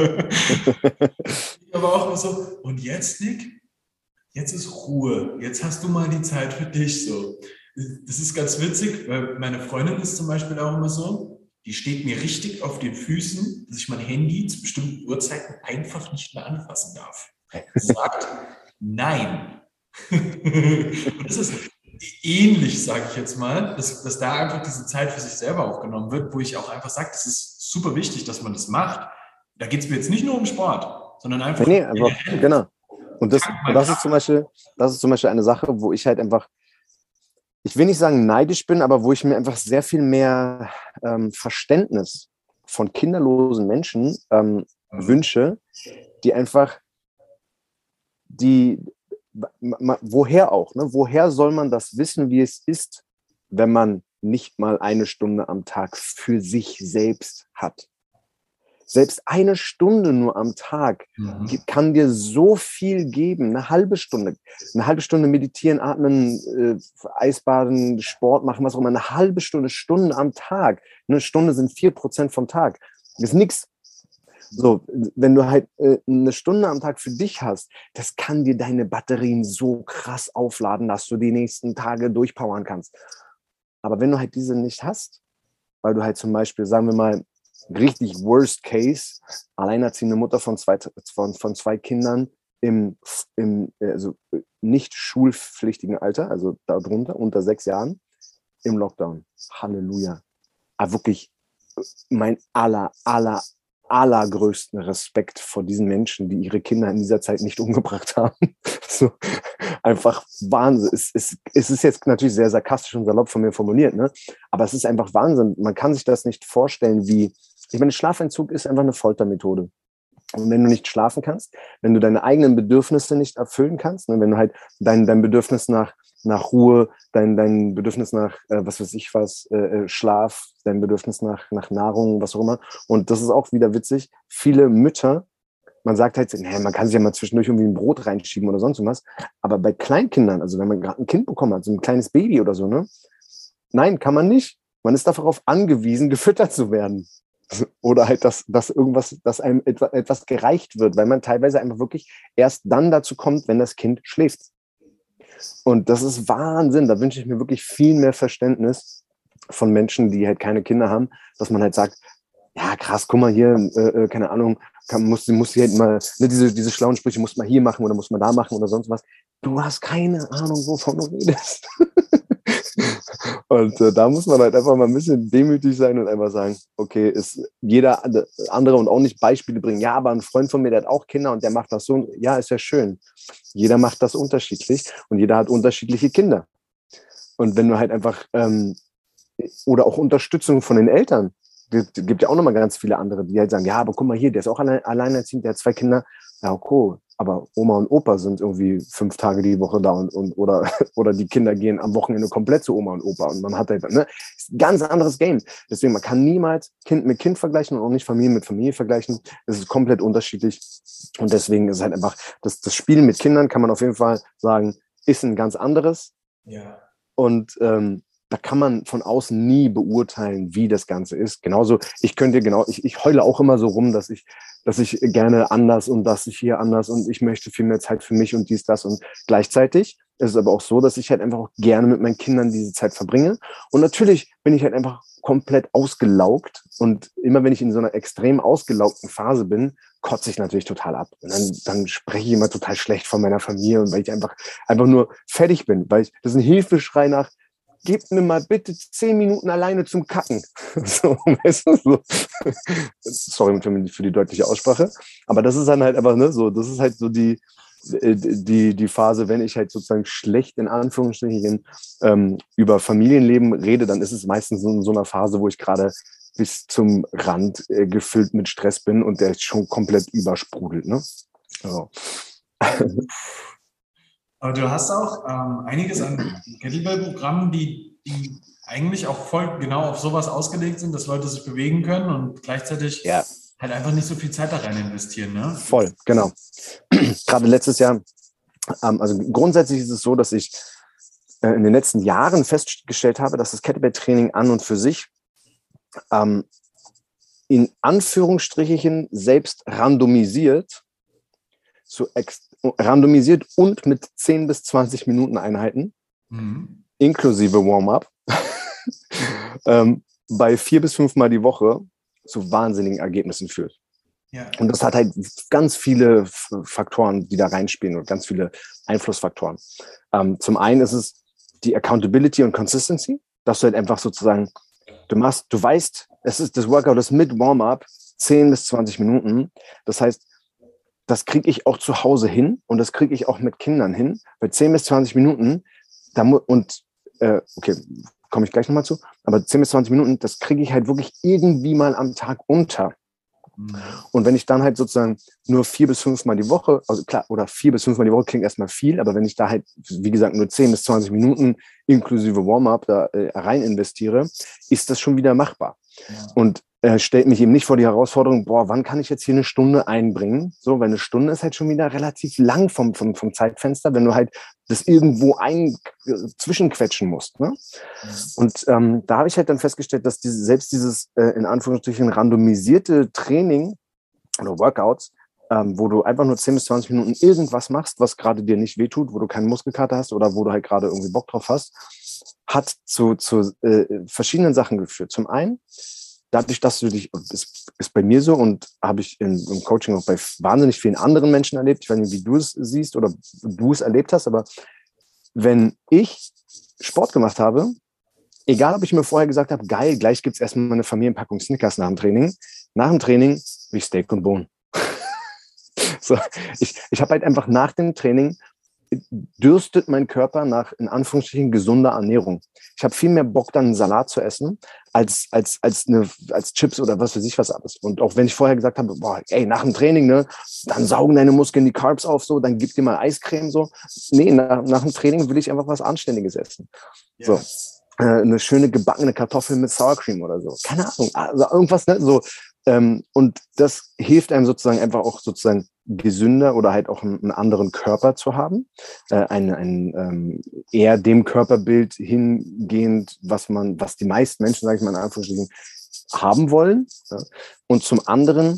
Aber auch immer so, und jetzt, Nick, jetzt ist Ruhe. Jetzt hast du mal die Zeit für dich so. Das ist ganz witzig, weil meine Freundin ist zum Beispiel auch immer so, die steht mir richtig auf den Füßen, dass ich mein Handy zu bestimmten Uhrzeiten einfach nicht mehr anfassen darf. Sie sagt, nein. Und das ist ähnlich, sage ich jetzt mal, dass da einfach diese Zeit für sich selber aufgenommen wird, wo ich auch einfach sage, das ist super wichtig, dass man das macht. Da geht es mir jetzt nicht nur um Sport, sondern einfach... Nee, aber, genau. Und das ist zum Beispiel eine Sache, wo ich halt einfach, ich will nicht sagen neidisch bin, aber wo ich mir einfach sehr viel mehr Verständnis von kinderlosen Menschen wünsche, die einfach woher auch, ne? Woher soll man das wissen, wie es ist, wenn man nicht mal 1 Stunde am Tag für sich selbst hat? Selbst 1 Stunde nur am Tag kann dir so viel geben. Eine halbe Stunde meditieren, atmen, Eisbaden, Sport machen, was auch immer. Eine halbe Stunde am Tag. Eine Stunde sind 4% vom Tag. Das ist nichts. So, wenn du halt 1 Stunde am Tag für dich hast, das kann dir deine Batterien so krass aufladen, dass du die nächsten Tage durchpowern kannst. Aber wenn du halt diese nicht hast, weil du halt zum Beispiel, sagen wir mal, richtig Worst Case, alleinerziehende Mutter von 2 Kindern im also nicht schulpflichtigen Alter, also darunter, unter 6 Jahren, im Lockdown. Halleluja. Aber wirklich mein allergrößten Respekt vor diesen Menschen, die ihre Kinder in dieser Zeit nicht umgebracht haben. So, einfach Wahnsinn. Es ist jetzt natürlich sehr sarkastisch und salopp von mir formuliert, ne? Aber es ist einfach Wahnsinn. Man kann sich das nicht vorstellen, wie ich meine, Schlafentzug ist einfach eine Foltermethode. Und wenn du nicht schlafen kannst, wenn du deine eigenen Bedürfnisse nicht erfüllen kannst, ne, wenn du halt dein Bedürfnis nach Ruhe, dein Bedürfnis nach, was weiß ich was, Schlaf, dein Bedürfnis nach Nahrung, was auch immer. Und das ist auch wieder witzig. Viele Mütter, man sagt halt, nee, man kann sich ja mal zwischendurch irgendwie ein Brot reinschieben oder sonst was. Aber bei Kleinkindern, also wenn man gerade ein Kind bekommen hat, so ein kleines Baby oder so, ne? Nein, kann man nicht. Man ist darauf angewiesen, gefüttert zu werden. Oder halt, dass irgendwas, dass einem etwas gereicht wird, weil man teilweise einfach wirklich erst dann dazu kommt, wenn das Kind schläft. Und das ist Wahnsinn. Da wünsche ich mir wirklich viel mehr Verständnis von Menschen, die halt keine Kinder haben, dass man halt sagt, ja krass, guck mal hier, keine Ahnung, muss halt mal, ne, diese schlauen Sprüche muss man hier machen oder muss man da machen oder sonst was. Du hast keine Ahnung, wovon du redest. Und da muss man halt einfach mal ein bisschen demütig sein und einfach sagen, okay, ist jeder andere und auch nicht Beispiele bringen. Ja, aber ein Freund von mir, der hat auch Kinder und der macht das so. Ja, ist ja schön. Jeder macht das unterschiedlich und jeder hat unterschiedliche Kinder. Und wenn du halt einfach, oder auch Unterstützung von den Eltern, gibt ja auch nochmal ganz viele andere, die halt sagen, ja, aber guck mal hier, der ist auch alleinerziehend, der hat 2 Kinder. Ja, cool. Aber Oma und Opa sind irgendwie 5 Tage die Woche da oder die Kinder gehen am Wochenende komplett zu Oma und Opa und man hat halt, ne, ist ein ganz anderes Game. Deswegen, man kann niemals Kind mit Kind vergleichen und auch nicht Familie mit Familie vergleichen. Es ist komplett unterschiedlich und deswegen ist halt einfach, das Spielen mit Kindern kann man auf jeden Fall sagen, ist ein ganz anderes. Ja. Und da kann man von außen nie beurteilen, wie das Ganze ist. Genauso, ich heule auch immer so rum, dass ich gerne anders und dass ich hier anders und ich möchte viel mehr Zeit für mich und dies, das. Und gleichzeitig ist es aber auch so, dass ich halt einfach auch gerne mit meinen Kindern diese Zeit verbringe. Und natürlich bin ich halt einfach komplett ausgelaugt. Und immer wenn ich in so einer extrem ausgelaugten Phase bin, kotze ich natürlich total ab. Und dann spreche ich immer total schlecht von meiner Familie und weil ich einfach nur fertig bin. Das ist ein Hilfeschrei nach, gebt mir mal bitte 10 Minuten alleine zum Kacken. So, weißt du, so. Sorry für die deutliche Aussprache. Aber das ist dann halt einfach, ne, so, das ist halt so die Phase, wenn ich halt sozusagen schlecht in Anführungsstrichen über Familienleben rede, dann ist es meistens in so einer Phase, wo ich gerade bis zum Rand gefüllt mit Stress bin und der schon komplett übersprudelt. Ne? So. Aber du hast auch einiges an Kettlebell-Programmen, die eigentlich auch voll genau auf sowas ausgelegt sind, dass Leute sich bewegen können und gleichzeitig halt einfach nicht so viel Zeit da rein investieren. Ne? Voll, genau. Gerade letztes Jahr, also grundsätzlich ist es so, dass ich in den letzten Jahren festgestellt habe, dass das Kettlebell-Training an und für sich in Anführungsstrichen selbst randomisiert und mit 10 bis 20 Minuten Einheiten, inklusive Warm-up, bei 4 bis 5 Mal die Woche zu wahnsinnigen Ergebnissen führt. Ja. Und das hat halt ganz viele Faktoren, die da reinspielen und ganz viele Einflussfaktoren. Zum einen ist es die Accountability und Consistency, dass du halt einfach sozusagen, du weißt, das Workout ist mit Warm-up 10 bis 20 Minuten. Das heißt, das kriege ich auch zu Hause hin und das kriege ich auch mit Kindern hin. Bei 10 bis 20 Minuten, okay, komme ich gleich nochmal zu, aber 10 bis 20 Minuten, das kriege ich halt wirklich irgendwie mal am Tag unter. Und wenn ich dann halt sozusagen nur 4 bis 5 Mal die Woche, also klar, oder 4 bis 5 Mal die Woche klingt erstmal viel, aber wenn ich da halt, wie gesagt, nur 10 bis 20 Minuten inklusive Warm-up da rein investiere, ist das schon wieder machbar. Ja. Und stellt mich eben nicht vor die Herausforderung, wann kann ich jetzt hier eine Stunde einbringen? So, weil eine Stunde ist halt schon wieder relativ lang vom Zeitfenster, wenn du halt das irgendwo zwischenquetschen musst. Ne? Und da habe ich halt dann festgestellt, dass selbst dieses in Anführungsstrichen randomisierte Training oder Workouts, wo du einfach nur 10 bis 20 Minuten irgendwas machst, was gerade dir nicht wehtut, wo du keinen Muskelkater hast oder wo du halt gerade irgendwie Bock drauf hast, hat zu verschiedenen Sachen geführt. Zum einen, dadurch, dass ist bei mir so und habe ich im Coaching auch bei wahnsinnig vielen anderen Menschen erlebt. Ich weiß nicht, wie du es siehst oder du es erlebt hast, aber wenn ich Sport gemacht habe, egal ob ich mir vorher gesagt habe, geil, gleich gibt es erstmal eine Familienpackung Snickers nach dem Training wie Steak und Bohnen. So, ich habe halt einfach nach dem Training dürstet mein Körper nach, in Anführungsstrichen, gesunder Ernährung. Ich habe viel mehr Bock, dann einen Salat zu essen, als Chips oder was weiß ich was alles. Und auch wenn ich vorher gesagt habe, boah, ey, nach dem Training, ne, dann saugen deine Muskeln die Carbs auf, so, dann gib dir mal Eiscreme, so. Nee, nach dem Training will ich einfach was Anständiges essen. Ja. So. Eine schöne gebackene Kartoffel mit Sour Cream oder so. Keine Ahnung, also irgendwas, ne, so. Und das hilft einem sozusagen einfach auch sozusagen gesünder oder halt auch einen anderen Körper zu haben, eher dem Körperbild hingehend, was die meisten Menschen, sage ich mal in Anführungsstrichen, haben wollen. Ja. Und zum anderen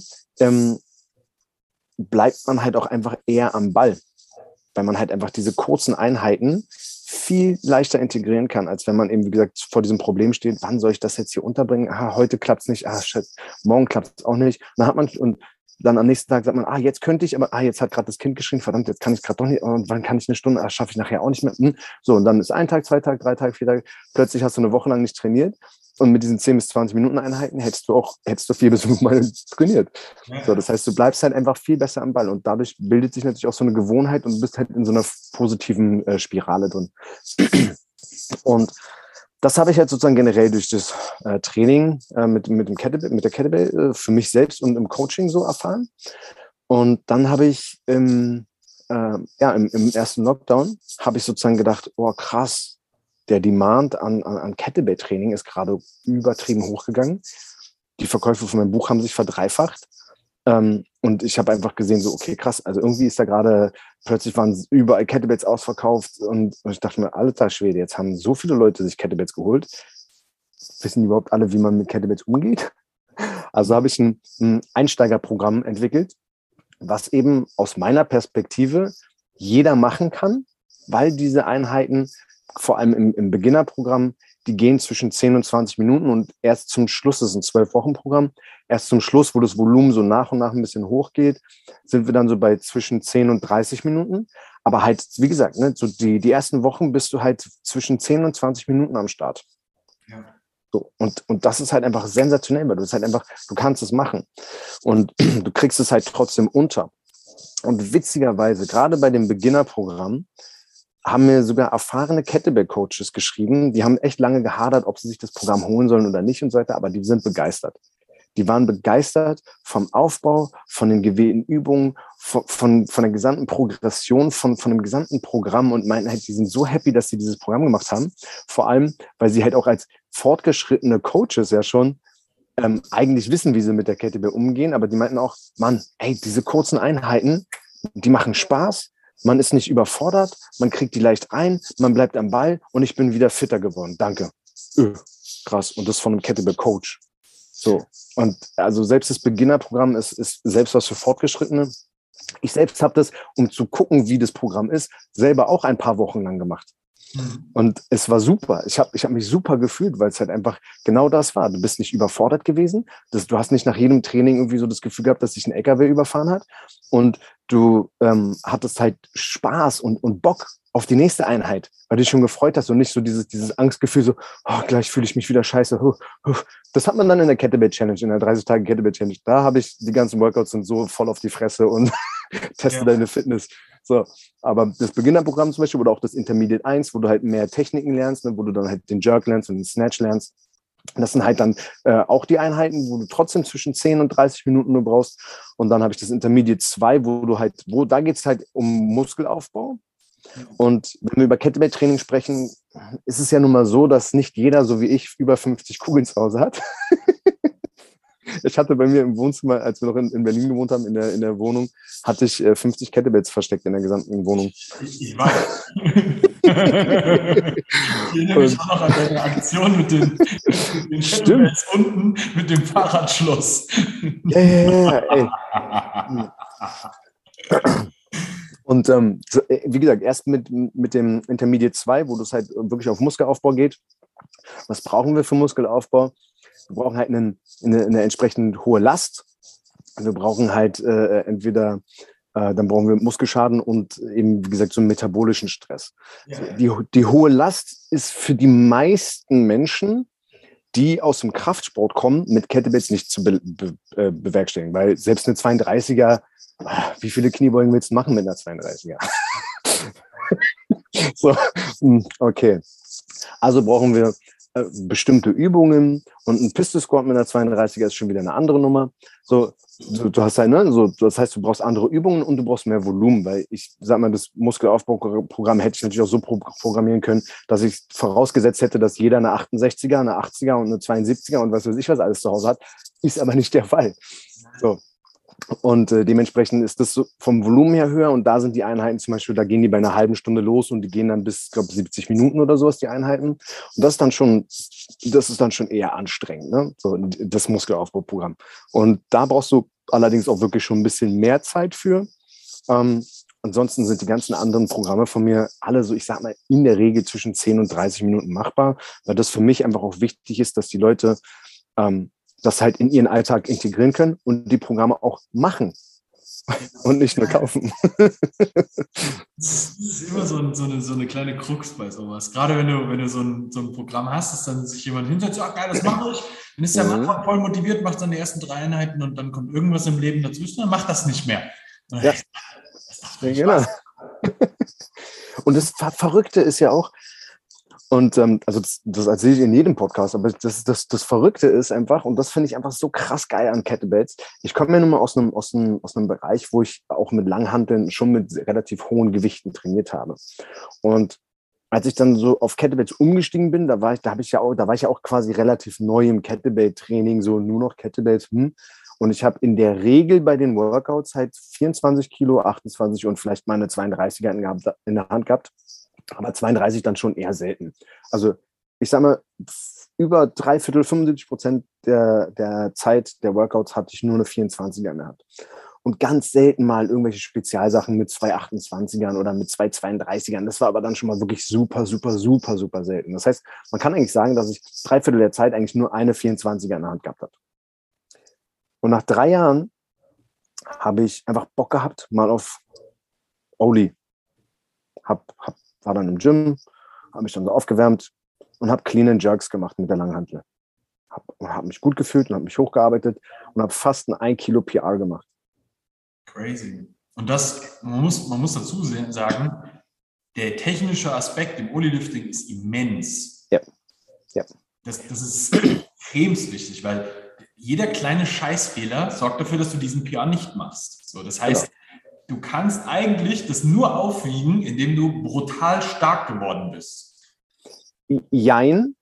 bleibt man halt auch einfach eher am Ball, weil man halt einfach diese kurzen Einheiten viel leichter integrieren kann, als wenn man eben, wie gesagt, vor diesem Problem steht, wann soll ich das jetzt hier unterbringen? Heute klappt es nicht, shit, morgen klappt es auch nicht. Und dann am nächsten Tag sagt man, jetzt könnte ich, aber jetzt hat gerade das Kind geschrien, verdammt, jetzt kann ich gerade doch nicht, und wann kann ich eine Stunde, schaffe ich nachher auch nicht mehr. So, und dann ist 1 Tag, 2 Tage, 3 Tage, 4 Tage, plötzlich hast du eine Woche lang nicht trainiert und mit diesen 10 bis 20 Minuten Einheiten hättest du 4 bis 5 Mal trainiert. So, das heißt, du bleibst halt einfach viel besser am Ball und dadurch bildet sich natürlich auch so eine Gewohnheit und du bist halt in so einer positiven Spirale drin. Und das habe ich halt sozusagen generell durch das Training mit der Kettlebell für mich selbst und im Coaching so erfahren. Und dann habe ich im ersten Lockdown habe ich sozusagen gedacht, oh krass, der Demand an Kettlebell-Training ist gerade übertrieben hochgegangen. Die Verkäufe von meinem Buch haben sich verdreifacht. Und ich habe einfach gesehen, so, okay, krass, also irgendwie ist da gerade, plötzlich waren überall Kettlebells ausverkauft und ich dachte mir, alter Schwede, jetzt haben so viele Leute sich Kettlebells geholt. Wissen die überhaupt alle, wie man mit Kettlebells umgeht? Also habe ich ein Einsteigerprogramm entwickelt, was eben aus meiner Perspektive jeder machen kann, weil diese Einheiten, vor allem im Beginnerprogramm, die gehen zwischen 10 und 20 Minuten und erst zum Schluss, das ist ein 12-Wochen-Programm, erst zum Schluss, wo das Volumen so nach und nach ein bisschen hochgeht, sind wir dann so bei zwischen 10 und 30 Minuten. Aber halt, wie gesagt, ne, so die ersten Wochen bist du halt zwischen 10 und 20 Minuten am Start. Ja. So, und das ist halt einfach sensationell, weil du kannst es machen. Und du kriegst es halt trotzdem unter. Und witzigerweise, gerade bei dem Beginnerprogramm, haben mir sogar erfahrene Kettlebell-Coaches geschrieben, die haben echt lange gehadert, ob sie sich das Programm holen sollen oder nicht und so weiter, aber die sind begeistert. Die waren begeistert vom Aufbau, von den gewählten Übungen, von der gesamten Progression, von dem gesamten Programm und meinten halt, die sind so happy, dass sie dieses Programm gemacht haben. Vor allem, weil sie halt auch als fortgeschrittene Coaches ja schon eigentlich wissen, wie sie mit der Kettlebell umgehen, aber die meinten auch, Mann, ey, diese kurzen Einheiten, die machen Spaß. Man ist nicht überfordert, man kriegt die leicht ein, man bleibt am Ball und ich bin wieder fitter geworden. Danke. Krass. Und das von einem Kettlebell-Coach. So. Und also selbst das Beginnerprogramm ist selbst was für Fortgeschrittene. Ich selbst habe das, um zu gucken, wie das Programm ist, selber auch ein paar Wochen lang gemacht. Und es war super. Ich hab mich super gefühlt, weil es halt einfach genau das war. Du bist nicht überfordert gewesen. Du hast nicht nach jedem Training irgendwie so das Gefühl gehabt, dass dich ein LKW überfahren hat. Und du hattest halt Spaß und Bock auf die nächste Einheit, weil du dich schon gefreut hast und nicht so dieses Angstgefühl, so, gleich fühle ich mich wieder scheiße. Das hat man dann in der Kettlebell Challenge, in der 30 Tage Kettlebell Challenge. Da habe ich die ganzen Workouts sind so voll auf die Fresse und teste deine Fitness. So, aber das Beginnerprogramm zum Beispiel oder auch das Intermediate 1, wo du halt mehr Techniken lernst, ne, wo du dann halt den Jerk lernst und den Snatch lernst. Das sind halt dann auch die Einheiten, wo du trotzdem zwischen 10 und 30 Minuten nur brauchst. Und dann habe ich das Intermediate 2, da geht es halt um Muskelaufbau. Und wenn wir über Kettlebell-Training sprechen, ist es ja nun mal so, dass nicht jeder, so wie ich, über 50 Kugeln zu Hause hat. Ich hatte bei mir im Wohnzimmer, als wir noch in Berlin gewohnt haben, in der Wohnung, hatte ich 50 Kettlebells versteckt in der gesamten Wohnung. Ich weiß. Ich erinnere mich auch noch an deine Aktion mit den Kettlebells unten mit dem Fahrradschloss. Ja, ey. Und wie gesagt, erst mit dem Intermediate 2, wo es halt wirklich auf Muskelaufbau geht. Was brauchen wir für Muskelaufbau? Wir brauchen halt eine entsprechend hohe Last. Wir brauchen halt dann brauchen wir Muskelschaden und eben, wie gesagt, so einen metabolischen Stress. Ja. Die hohe Last ist für die meisten Menschen, die aus dem Kraftsport kommen, mit Kettlebells nicht zu bewerkstelligen. Weil selbst eine 32er, wie viele Kniebeugen willst du machen mit einer 32er? So, okay. Also brauchen wir bestimmte Übungen und ein Pistol Squat mit einer 32er ist schon wieder eine andere Nummer. So, du hast halt, ne, so, das heißt, du brauchst andere Übungen und du brauchst mehr Volumen, weil ich sag mal, das Muskelaufbauprogramm hätte ich natürlich auch so programmieren können, dass ich vorausgesetzt hätte, dass jeder eine 68er, eine 80er und eine 72er und was weiß ich was alles zu Hause hat. Ist aber nicht der Fall. So. Und dementsprechend ist das so vom Volumen her höher und da sind die Einheiten zum Beispiel, da gehen die bei einer halben Stunde los und die gehen dann bis, glaube 70 Minuten oder sowas, die Einheiten. Und das ist dann schon eher anstrengend, ne? So, das Muskelaufbauprogramm. Und da brauchst du allerdings auch wirklich schon ein bisschen mehr Zeit für. Ansonsten sind die ganzen anderen Programme von mir alle so, ich sag mal, in der Regel zwischen 10 und 30 Minuten machbar, weil das für mich einfach auch wichtig ist, dass die Leute das halt in ihren Alltag integrieren können und die Programme auch machen und nicht nur kaufen. Das ist immer so eine kleine Krux bei sowas. Gerade wenn du so ein Programm hast, dass dann sich jemand hinsetzt, ja geil, das mache ich. Dann ist der am Anfang voll motiviert, macht dann die ersten 3 Einheiten und dann kommt irgendwas im Leben dazwischen, dann macht das nicht mehr. Ja. Genau. Und das Verrückte ist ja auch, und also das erzähle ich in jedem Podcast, aber das Verrückte ist einfach, und das finde ich einfach so krass geil an Kettlebells. Ich komme ja nun mal aus einem Bereich, wo ich auch mit Langhanteln schon mit relativ hohen Gewichten trainiert habe. Und als ich dann so auf Kettlebells umgestiegen bin, da war ich ja auch quasi relativ neu im Kettlebell-Training, so nur noch Kettlebells. Und ich habe in der Regel bei den Workouts halt 24 Kilo, 28 und vielleicht mal eine 32er in der Hand gehabt. Aber 32 dann schon eher selten. Also ich sage mal, über 75% der Zeit der Workouts hatte ich nur eine 24er in der Hand. Und ganz selten mal irgendwelche Spezialsachen mit 228ern oder mit 232ern. Das war aber dann schon mal wirklich super, super, super, super selten. Das heißt, man kann eigentlich sagen, dass ich 3/4 der Zeit eigentlich nur eine 24er in der Hand gehabt habe. Und nach 3 Jahren habe ich einfach Bock gehabt, mal auf Oli. War dann im Gym, habe mich dann so aufgewärmt und habe Clean and Jerks gemacht mit der Langhantel. Habe mich gut gefühlt und habe mich hochgearbeitet und habe fast ein 1 Kilo PR gemacht. Crazy. Und man muss dazu sagen, der technische Aspekt im Oli-Lifting ist immens. Ja. Das ist extremst wichtig, weil jeder kleine Scheißfehler sorgt dafür, dass du diesen PR nicht machst. So, das heißt, Du kannst eigentlich das nur aufwiegen, indem du brutal stark geworden bist. Jein.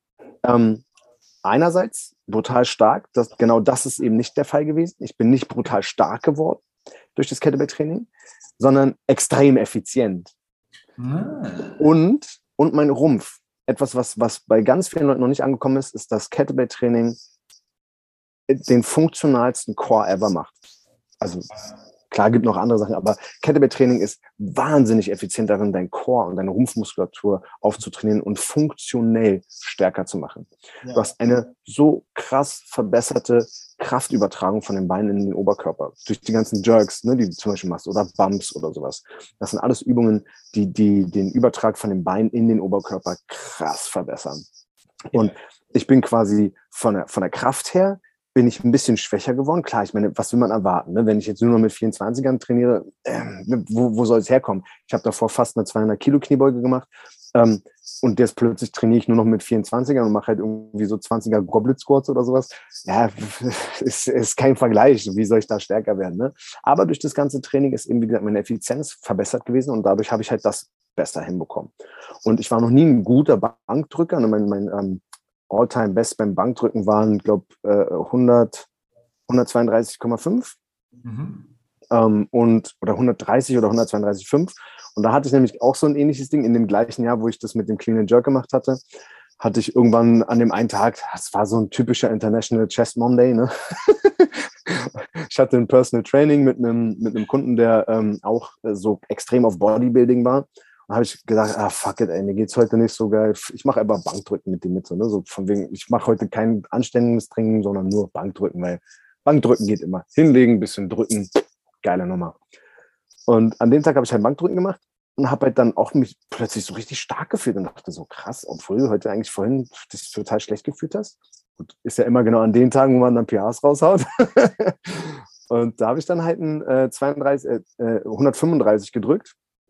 Einerseits brutal stark, genau das ist eben nicht der Fall gewesen. Ich bin nicht brutal stark geworden durch das Kettlebell-Training, sondern extrem effizient. Und mein Rumpf. Etwas, was bei ganz vielen Leuten noch nicht angekommen ist, ist, dass Kettlebell-Training den funktionalsten Core ever macht. Also klar, gibt noch andere Sachen, aber Kettlebell-Training ist wahnsinnig effizient darin, dein Core und deine Rumpfmuskulatur aufzutrainieren und funktionell stärker zu machen. Ja. Du hast eine so krass verbesserte Kraftübertragung von den Beinen in den Oberkörper durch die ganzen Jerks, ne, die du zum Beispiel machst, oder Bumps oder sowas. Das sind alles Übungen, die den Übertrag von den Beinen in den Oberkörper krass verbessern. Und ich bin quasi von der Kraft her bin ich ein bisschen schwächer geworden. Klar, ich meine, was will man erwarten? Ne? Wenn ich jetzt nur noch mit 24ern trainiere, wo soll es herkommen? Ich habe davor fast eine 200 Kilo Kniebeuge gemacht und jetzt plötzlich trainiere ich nur noch mit 24ern und mache halt irgendwie so 20er Goblet Squats oder sowas. Ja, ist kein Vergleich. Wie soll ich da stärker werden? Ne? Aber durch das ganze Training ist eben, wie gesagt, meine Effizienz verbessert gewesen und dadurch habe ich halt das besser hinbekommen. Und ich war noch nie ein guter Bankdrücker. Mein All-Time-Best beim Bankdrücken waren, glaube ich, 132,5 oder 130 oder 132,5. Und da hatte ich nämlich auch so ein ähnliches Ding in dem gleichen Jahr, wo ich das mit dem Clean and Jerk gemacht hatte. Hatte ich irgendwann an dem einen Tag, das war so ein typischer International Chest Monday, ne? Ich hatte ein Personal Training mit einem Kunden, der auch so extrem auf Bodybuilding war. Und habe ich gesagt, fuck it, ey, mir geht's heute nicht so geil. Ich mache einfach Bankdrücken mit dem so, ne? So von wegen, ich mache heute kein anständiges Training, sondern nur Bankdrücken, weil Bankdrücken geht immer. Hinlegen, bisschen drücken, geile Nummer. Und an dem Tag habe ich halt Bankdrücken gemacht und habe halt dann auch mich plötzlich so richtig stark gefühlt und dachte so, krass, obwohl du heute eigentlich vorhin dich total schlecht gefühlt hast. Und ist ja immer genau an den Tagen, wo man dann PRs raushaut. Und da habe ich dann halt 135 gedrückt.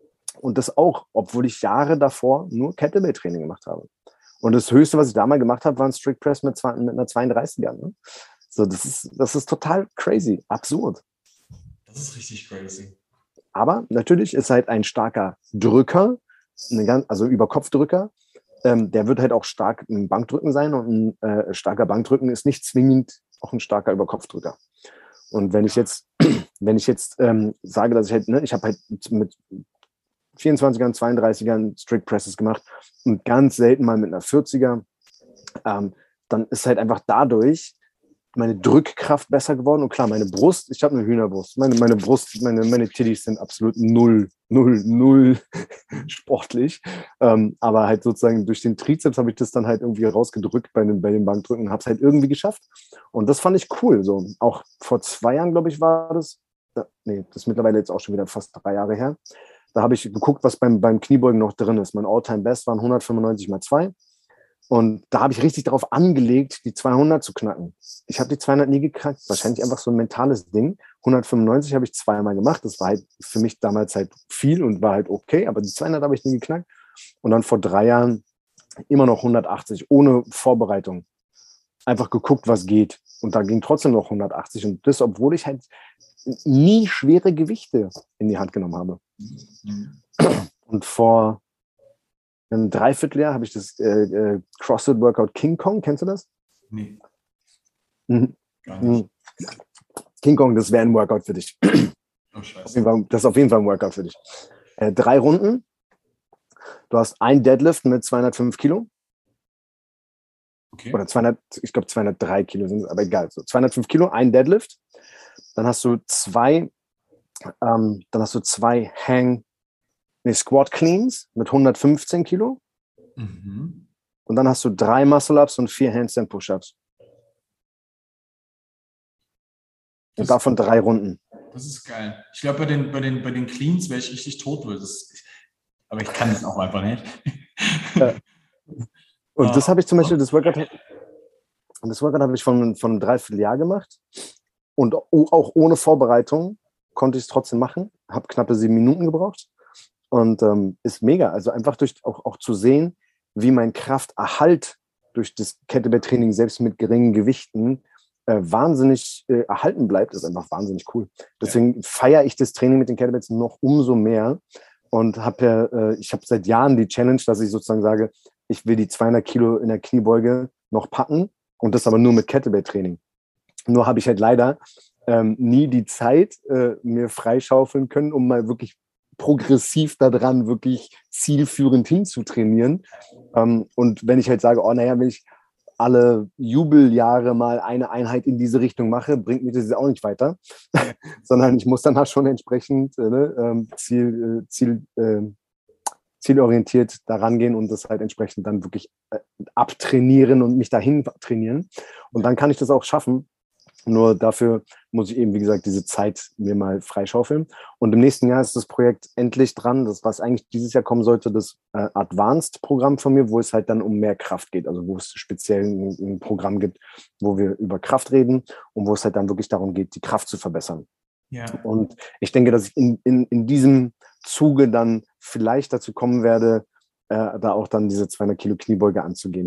Und das auch, obwohl ich Jahre davor nur Kettlebell-Training gemacht habe. Und das Höchste, was ich da mal gemacht habe, war ein Strict Press mit einer 32er. Ne? So, das ist total crazy, absurd. Das ist richtig crazy. Aber natürlich ist halt ein starker Drücker, also Überkopfdrücker, der wird halt auch stark im Bankdrücken sein, und ein starker Bankdrücken ist nicht zwingend auch ein starker Überkopfdrücker. Und wenn ich jetzt sage, dass ich halt, ne, ich habe halt mit 24ern, 32ern Strict Presses gemacht und ganz selten mal mit einer 40er, dann ist halt einfach dadurch meine Drückkraft besser geworden. Und klar, meine Brust, ich habe eine Hühnerbrust. Meine Brust, meine Titties sind absolut null sportlich. Aber halt sozusagen durch den Trizeps habe ich das dann halt irgendwie rausgedrückt bei den Bankdrücken und habe es halt irgendwie geschafft. Und das fand ich cool. So. Auch vor 2 Jahren, glaube ich, war das. Nee, das ist mittlerweile jetzt auch schon wieder fast 3 Jahre her. Da habe ich geguckt, was beim Kniebeugen noch drin ist. Mein All-Time-Best waren 195 mal 2. Und da habe ich richtig darauf angelegt, die 200 zu knacken. Ich habe die 200 nie geknackt. Wahrscheinlich einfach so ein mentales Ding. 195 habe ich 2-mal gemacht. Das war halt für mich damals halt viel und war halt okay. Aber die 200 habe ich nie geknackt. Und dann vor 3 Jahren immer noch 180, ohne Vorbereitung. Einfach geguckt, was geht. Und da ging trotzdem noch 180. Und das, obwohl ich halt nie schwere Gewichte in die Hand genommen habe. Und vor einem Dreivierteljahr habe ich das CrossFit-Workout King Kong, kennst du das? Nee. Gar nicht. King Kong, das wäre ein Workout für dich. Oh, scheiße. Das ist auf jeden Fall ein Workout für dich. 3 Runden. Du hast ein Deadlift mit 205 Kilo. Okay. Oder 203 Kilo sind es, aber egal. So 205 Kilo, ein Deadlift. Dann hast du 2 Squat Cleans mit 115 Kilo. Mhm. Und dann hast du 3 Muscle-Ups und 4 Handstand Push-Ups. Und davon 3 Runden. Das ist geil. Ich glaube, bei den Cleans wäre ich richtig tot. Aber ich kann das auch einfach nicht. Ja. Und das habe ich zum Beispiel, das Workout habe ich von einem Dreivierteljahr gemacht. Und auch ohne Vorbereitung konnte ich es trotzdem machen. Habe knappe 7 Minuten gebraucht. Und ist mega. Also einfach durch auch zu sehen, wie mein Krafterhalt durch das Kettlebell-Training selbst mit geringen Gewichten wahnsinnig erhalten bleibt, ist einfach wahnsinnig cool. Deswegen feiere ich das Training mit den Kettlebells noch umso mehr und ich habe seit Jahren die Challenge, dass ich sozusagen sage, ich will die 200 Kilo in der Kniebeuge noch packen und das aber nur mit Kettlebell-Training. Nur habe ich halt leider nie die Zeit mir freischaufeln können, um mal wirklich progressiv daran wirklich zielführend hinzutrainieren. Und wenn ich halt sage, oh naja, wenn ich alle Jubeljahre mal eine Einheit in diese Richtung mache, bringt mir das auch nicht weiter, sondern ich muss dann halt schon entsprechend zielorientiert daran gehen und das halt entsprechend dann wirklich abtrainieren und mich dahin trainieren. Und dann kann ich das auch schaffen. Nur dafür muss ich eben, wie gesagt, diese Zeit mir mal freischaufeln. Und im nächsten Jahr ist das Projekt endlich dran, das, was eigentlich dieses Jahr kommen sollte, das Advanced-Programm von mir, wo es halt dann um mehr Kraft geht. Also wo es speziell ein Programm gibt, wo wir über Kraft reden und wo es halt dann wirklich darum geht, die Kraft zu verbessern. Ja. Und ich denke, dass ich in diesem Zuge dann vielleicht dazu kommen werde, da auch dann diese 200 Kilo Kniebeuge anzugehen.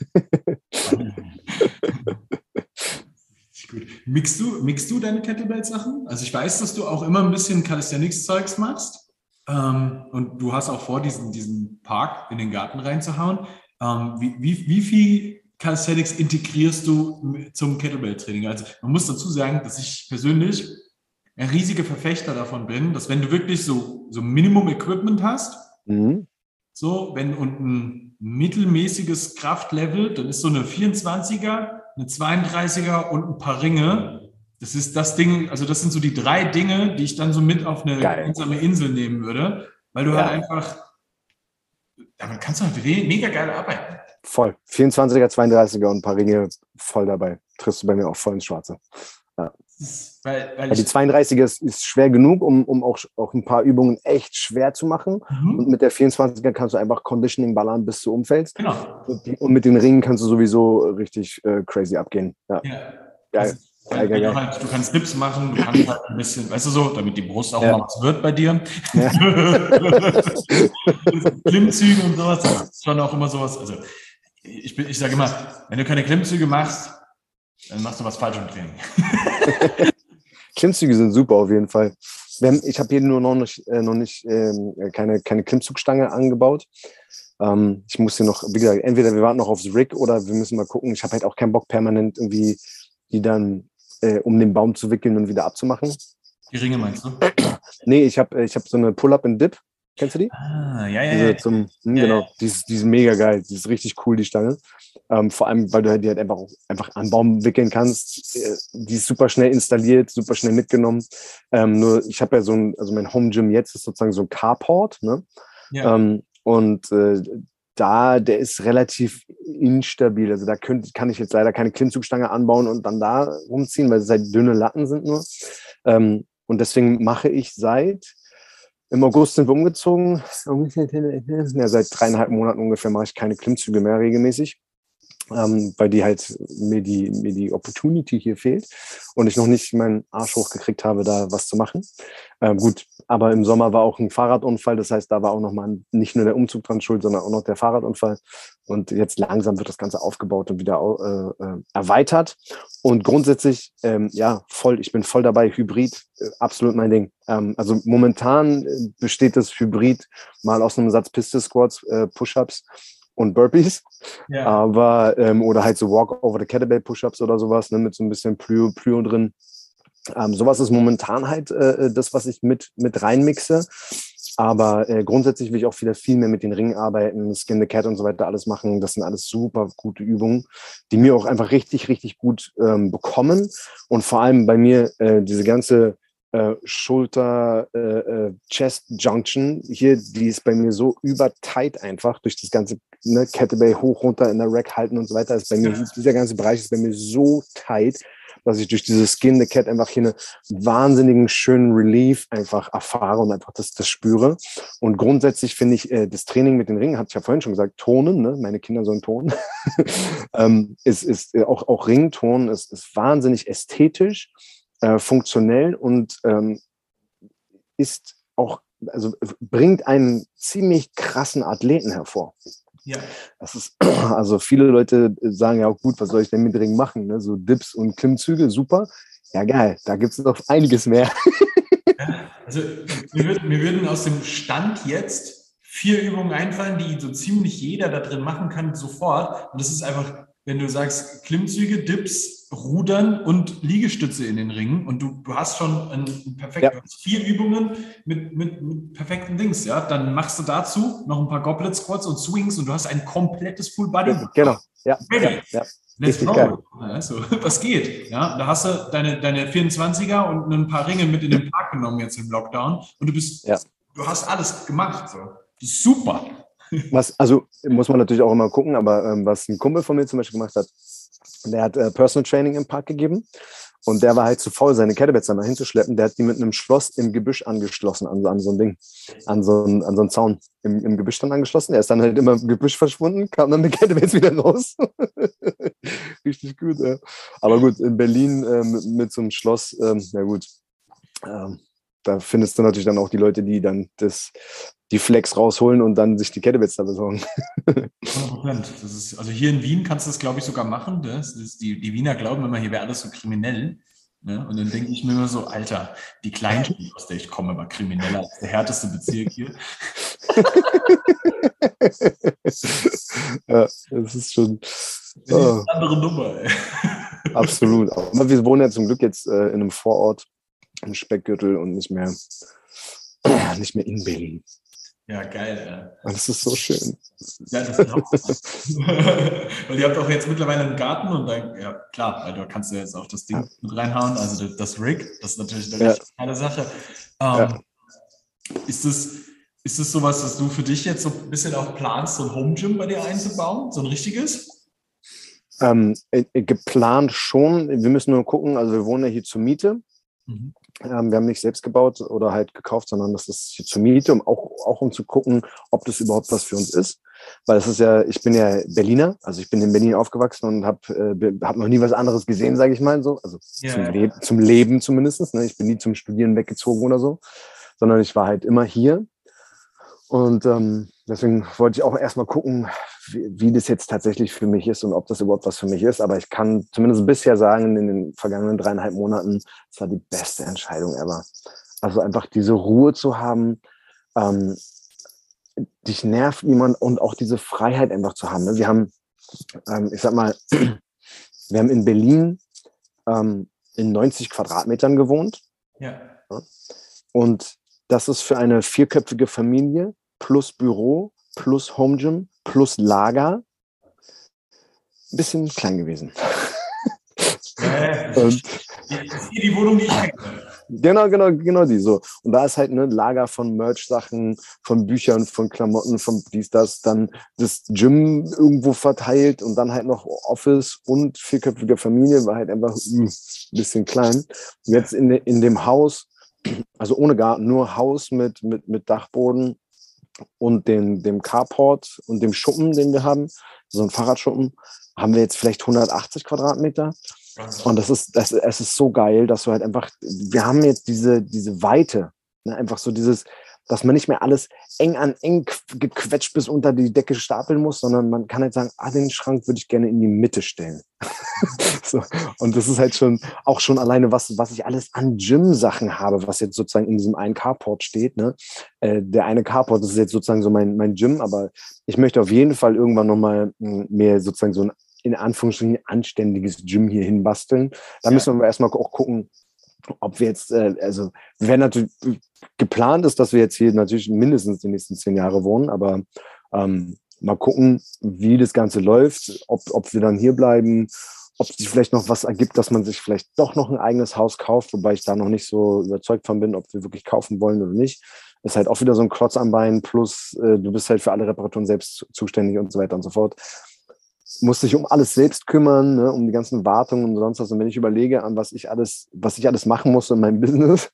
Gut. Mixst du deine Kettlebell-Sachen? Also ich weiß, dass du auch immer ein bisschen Calisthenics-Zeugs machst und du hast auch vor, diesen Park in den Garten reinzuhauen. Wie viel Calisthenics integrierst du zum Kettlebell-Training? Also man muss dazu sagen, dass ich persönlich ein riesiger Verfechter davon bin, dass wenn du wirklich so Minimum-Equipment hast, und ein mittelmäßiges Kraftlevel, dann ist so eine 24er, eine 32er und ein paar Ringe. Das ist das Ding, also das sind so die 3 Dinge, die ich dann so mit auf eine einsame Insel nehmen würde, weil du halt einfach, damit kannst du halt mega geil arbeiten. Voll. 24er, 32er und ein paar Ringe voll dabei. Triffst du bei mir auch voll ins Schwarze. Ja. Weil die 32er ist schwer genug, um auch ein paar Übungen echt schwer zu machen. Und mit der 24er kannst du einfach Conditioning ballern, bis du umfällst. Genau. Und mit den Ringen kannst du sowieso richtig crazy abgehen. Ja. Geil. Geil. Du kannst Dips machen, du kannst halt ein bisschen, weißt du so, damit die Brust auch mal was wird bei dir. Ja. Klimmzüge und sowas, das ist schon auch immer sowas. Also ich sage immer, wenn du keine Klimmzüge machst, dann machst du was falsch im Training. Klimmzüge sind super auf jeden Fall. Ich habe hier nur noch nicht keine Klimmzugstange angebaut. Ich muss hier noch, wie gesagt, entweder wir warten noch aufs Rig oder wir müssen mal gucken. Ich habe halt auch keinen Bock, permanent irgendwie die dann um den Baum zu wickeln und wieder abzumachen. Die Ringe meinst du? Nee, ich hab so eine Pull-Up and Dip. Kennst du die? Ah, ja. Genau, die ist mega geil. Die ist richtig cool, die Stange. Vor allem, weil du die halt einfach an den Baum wickeln kannst. Die ist super schnell installiert, super schnell mitgenommen. Nur ich habe ja also mein Home Gym jetzt ist sozusagen so ein Carport, ne? Ja. Der ist relativ instabil. Also da kann ich jetzt leider keine Klimmzugstange anbauen und dann da rumziehen, weil es halt dünne Latten sind nur. Und deswegen mache ich im August sind wir umgezogen. Ja, seit 3,5 Monaten ungefähr mache ich keine Klimmzüge mehr regelmäßig, weil mir die Opportunity hier fehlt und ich noch nicht meinen Arsch hochgekriegt habe, da was zu machen. Gut, aber im Sommer war auch ein Fahrradunfall. Das heißt, da war auch nochmal nicht nur der Umzug dran schuld, sondern auch noch der Fahrradunfall. Und jetzt langsam wird das Ganze aufgebaut und wieder erweitert. Und grundsätzlich, ich bin voll dabei. Hybrid, absolut mein Ding. Also momentan besteht das Hybrid mal aus einem Satz Pistol Squats, Push-Ups und Burpees. Ja. Aber, oder halt so Walk over the Kettlebell Push-Ups oder sowas, ne, mit so ein bisschen Plyo drin. Sowas ist momentan halt das, was ich mit reinmixe. Aber grundsätzlich will ich auch wieder viel mehr mit den Ringen arbeiten, Skin the Cat und so weiter alles machen. Das sind alles super gute Übungen, die mir auch einfach richtig, richtig gut bekommen. Und vor allem bei mir diese ganze Schulter, Chest Junction hier, die ist bei mir so übertight einfach durch das ganze Kettlebell hoch, runter in der Rack halten und so weiter. Ist bei mir, dieser ganze Bereich ist bei mir so tight, dass ich durch dieses Skin the Cat einfach hier einen wahnsinnigen schönen Relief einfach erfahre und einfach das spüre. Und grundsätzlich finde ich das Training mit den Ringen, hatte ich ja vorhin schon gesagt, Turnen, ne? Meine Kinder sollen turnen, ist auch Ringturnen ist wahnsinnig ästhetisch, funktionell und ist auch, also bringt einen ziemlich krassen Athleten hervor. Ja. Das ist, also viele Leute sagen ja auch, gut, was soll ich denn mit Ringen machen? Ne? So Dips und Klimmzüge, super. Ja, geil, da gibt es noch einiges mehr. Ja, also mir würden aus dem Stand jetzt 4 Übungen einfallen, die so ziemlich jeder da drin machen kann, sofort. Und das ist einfach, wenn du sagst, Klimmzüge, Dips, Rudern und Liegestütze in den Ringen und du hast schon ein perfekt, 4 Übungen mit perfekten Dings, ja, dann machst du dazu noch ein paar Goblet Squats und Swings und du hast ein komplettes Full Body. Genau, ja. Let's go. Also, das geht. Ja, da hast du deine 24er und ein paar Ringe mit in den Park genommen jetzt im Lockdown und du hast alles gemacht. So. Das ist super. Also muss man natürlich auch immer gucken, aber was ein Kumpel von mir zum Beispiel gemacht hat, der hat Personal Training im Park gegeben und der war halt zu faul, seine Kettlebells da mal hinzuschleppen. Der hat die mit einem Schloss im Gebüsch angeschlossen, an so ein Ding, an so einen Zaun im Gebüsch dann angeschlossen. Er ist dann halt immer im Gebüsch verschwunden, kam dann mit Kettlebells wieder raus. Richtig gut, ja. Aber gut, in Berlin mit so einem Schloss, da findest du natürlich dann auch die Leute, die dann die Flex rausholen und dann sich die Kettlebells da besorgen. 100%. Das ist, also hier in Wien kannst du das, glaube ich, sogar machen. Die Wiener glauben immer, hier wäre alles so kriminell. Ne? Und dann denke ich mir immer so, Alter, die Kleinstadt, aus der ich komme, war krimineller als der härteste Bezirk hier. Ja, das ist schon... Das ist eine andere Nummer, ey. Absolut. Aber wir wohnen ja zum Glück jetzt in einem Vorort, im Speckgürtel und nicht mehr in Berlin. Ja, geil, ja. Das ist so schön. Ja, das ist auch. Weil ihr habt auch jetzt mittlerweile einen Garten und dann, ja klar, weil da kannst du jetzt auch das Ding mit reinhauen, also das Rig, das ist natürlich eine richtig geile Sache. Ist das sowas, dass du für dich jetzt so ein bisschen auch planst, so ein Home Gym bei dir einzubauen, so ein richtiges? Geplant schon, wir müssen nur gucken, also wir wohnen ja hier zur Miete. Wir haben nicht selbst gebaut oder halt gekauft, sondern das ist hier zur Miete, um zu gucken, ob das überhaupt was für uns ist. Weil es ist ja, ich bin ja Berliner, also ich bin in Berlin aufgewachsen und hab noch nie was anderes gesehen, sage ich mal so. Also zum Leben zumindest. Ne? Ich bin nie zum Studieren weggezogen oder so, sondern ich war halt immer hier. Und deswegen wollte ich auch erstmal gucken, wie das jetzt tatsächlich für mich ist und ob das überhaupt was für mich ist. Aber ich kann zumindest bisher sagen, in den vergangenen 3,5 Monaten, es war die beste Entscheidung ever. Also einfach diese Ruhe zu haben, dich nervt niemand und auch diese Freiheit einfach zu haben. Ne? Wir haben, ich sag mal, wir haben in Berlin in 90 Quadratmetern gewohnt. Ja. Und das ist für eine 4-köpfige Familie plus Büro, plus Home Gym, plus Lager ein bisschen klein gewesen. Und die Wohnung, die ich kenne. Genau die so. Und da ist halt ein Lager von Merch-Sachen, von Büchern, von Klamotten, von dies, das, dann das Gym irgendwo verteilt und dann halt noch Office und 4-köpfige Familie, war halt einfach ein bisschen klein. Jetzt in dem Haus, also ohne Garten, nur Haus mit Dachboden und dem Carport und dem Schuppen, den wir haben, so ein Fahrradschuppen, haben wir jetzt vielleicht 180 Quadratmeter. Und es ist so geil, dass du halt einfach, wir haben jetzt diese Weite, ne? Einfach so dieses, dass man nicht mehr alles eng an eng gequetscht bis unter die Decke stapeln muss, sondern man kann halt sagen, den Schrank würde ich gerne in die Mitte stellen. So. Und das ist halt schon alleine, was ich alles an Gym-Sachen habe, was jetzt sozusagen in diesem einen Carport steht. Ne? Der eine Carport, das ist jetzt sozusagen so mein Gym, aber ich möchte auf jeden Fall irgendwann nochmal mehr sozusagen so ein in Anführungsstrichen anständiges Gym hier hinbasteln. Da müssen wir aber erstmal auch gucken, ob wir jetzt, also wenn natürlich geplant ist, dass wir jetzt hier natürlich mindestens die nächsten 10 Jahre wohnen, aber mal gucken, wie das Ganze läuft, ob wir dann hier bleiben, ob sich vielleicht noch was ergibt, dass man sich vielleicht doch noch ein eigenes Haus kauft, wobei ich da noch nicht so überzeugt von bin, ob wir wirklich kaufen wollen oder nicht. Ist halt auch wieder so ein Klotz am Bein, plus du bist halt für alle Reparaturen selbst zuständig und so weiter und so fort. Muss sich um alles selbst kümmern, ne, um die ganzen Wartungen und sonst was. Und wenn ich überlege, an was ich alles machen muss in meinem Business,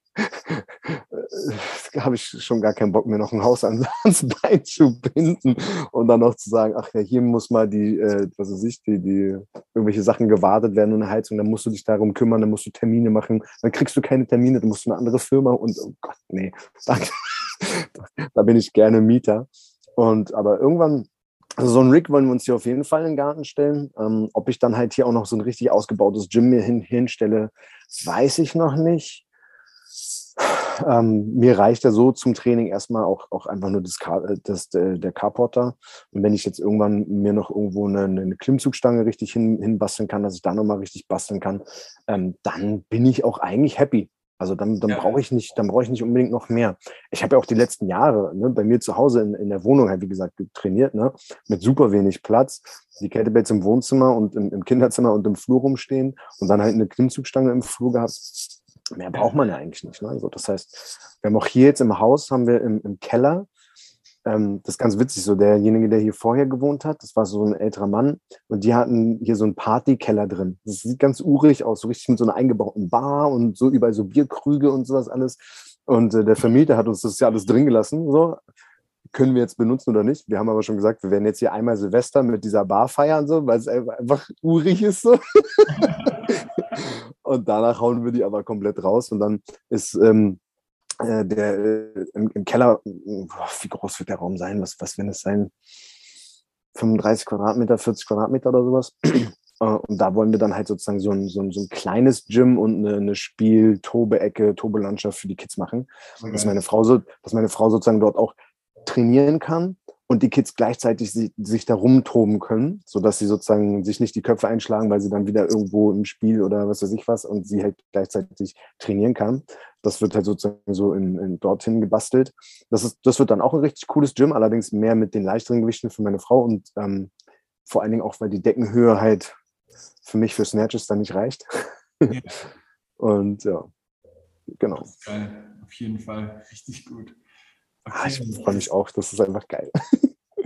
habe ich schon gar keinen Bock mehr, noch ein Haus ans Bein zu binden und dann noch zu sagen, ach ja, hier muss mal die irgendwelche Sachen gewartet werden und eine Heizung, dann musst du dich darum kümmern, dann musst du Termine machen, dann kriegst du keine Termine, dann musst du eine andere Firma und oh Gott, nee, da bin ich gerne Mieter. Aber irgendwann, also so ein Rig wollen wir uns hier auf jeden Fall in den Garten stellen. Ob ich dann halt hier auch noch so ein richtig ausgebautes Gym mir hinstelle, weiß ich noch nicht. Mir reicht ja so zum Training erstmal auch einfach nur der Carporter. Und wenn ich jetzt irgendwann mir noch irgendwo eine Klimmzugstange richtig hinbasteln kann, dass ich da nochmal richtig basteln kann, dann bin ich auch eigentlich happy. Also dann brauche ich nicht unbedingt noch mehr. Ich habe ja auch die letzten Jahre, ne, bei mir zu Hause in der Wohnung halt, wie gesagt, trainiert, ne, mit super wenig Platz. Die Kettlebells im Wohnzimmer und im Kinderzimmer und im Flur rumstehen und dann halt eine Klimmzugstange im Flur gehabt. Mehr braucht man ja eigentlich nicht. Ne? Also das heißt, wir haben auch hier jetzt im Haus, haben wir im Keller, das ist ganz witzig, so derjenige, der hier vorher gewohnt hat, das war so ein älterer Mann und die hatten hier so einen Partykeller drin. Das sieht ganz urig aus, so richtig mit so einer eingebauten Bar und so überall so Bierkrüge und sowas alles. Und der Vermieter hat uns das ja alles drin gelassen. So. Können wir jetzt benutzen oder nicht? Wir haben aber schon gesagt, wir werden jetzt hier einmal Silvester mit dieser Bar feiern, so, weil es einfach urig ist. So. Und danach hauen wir die aber komplett raus. Und dann ist im Keller, wie groß wird der Raum sein? Was wird es sein? 35 Quadratmeter, 40 Quadratmeter oder sowas. Und da wollen wir dann halt sozusagen so ein kleines Gym und eine Tobe-Ecke, Tobe-Landschaft für die Kids machen. Okay. Dass meine Frau sozusagen dort auch trainieren kann und die Kids gleichzeitig sich da rumtoben können, sodass sie sozusagen sich nicht die Köpfe einschlagen, weil sie dann wieder irgendwo im Spiel oder was weiß ich was und sie halt gleichzeitig trainieren kann. Das wird halt sozusagen so dorthin gebastelt. Das wird dann auch ein richtig cooles Gym, allerdings mehr mit den leichteren Gewichten für meine Frau und vor allen Dingen auch, weil die Deckenhöhe halt für mich für Snatches dann nicht reicht. Ja. Und ja, genau. Das ist geil, auf jeden Fall richtig gut. Okay. Ich freue mich auch, das ist einfach geil.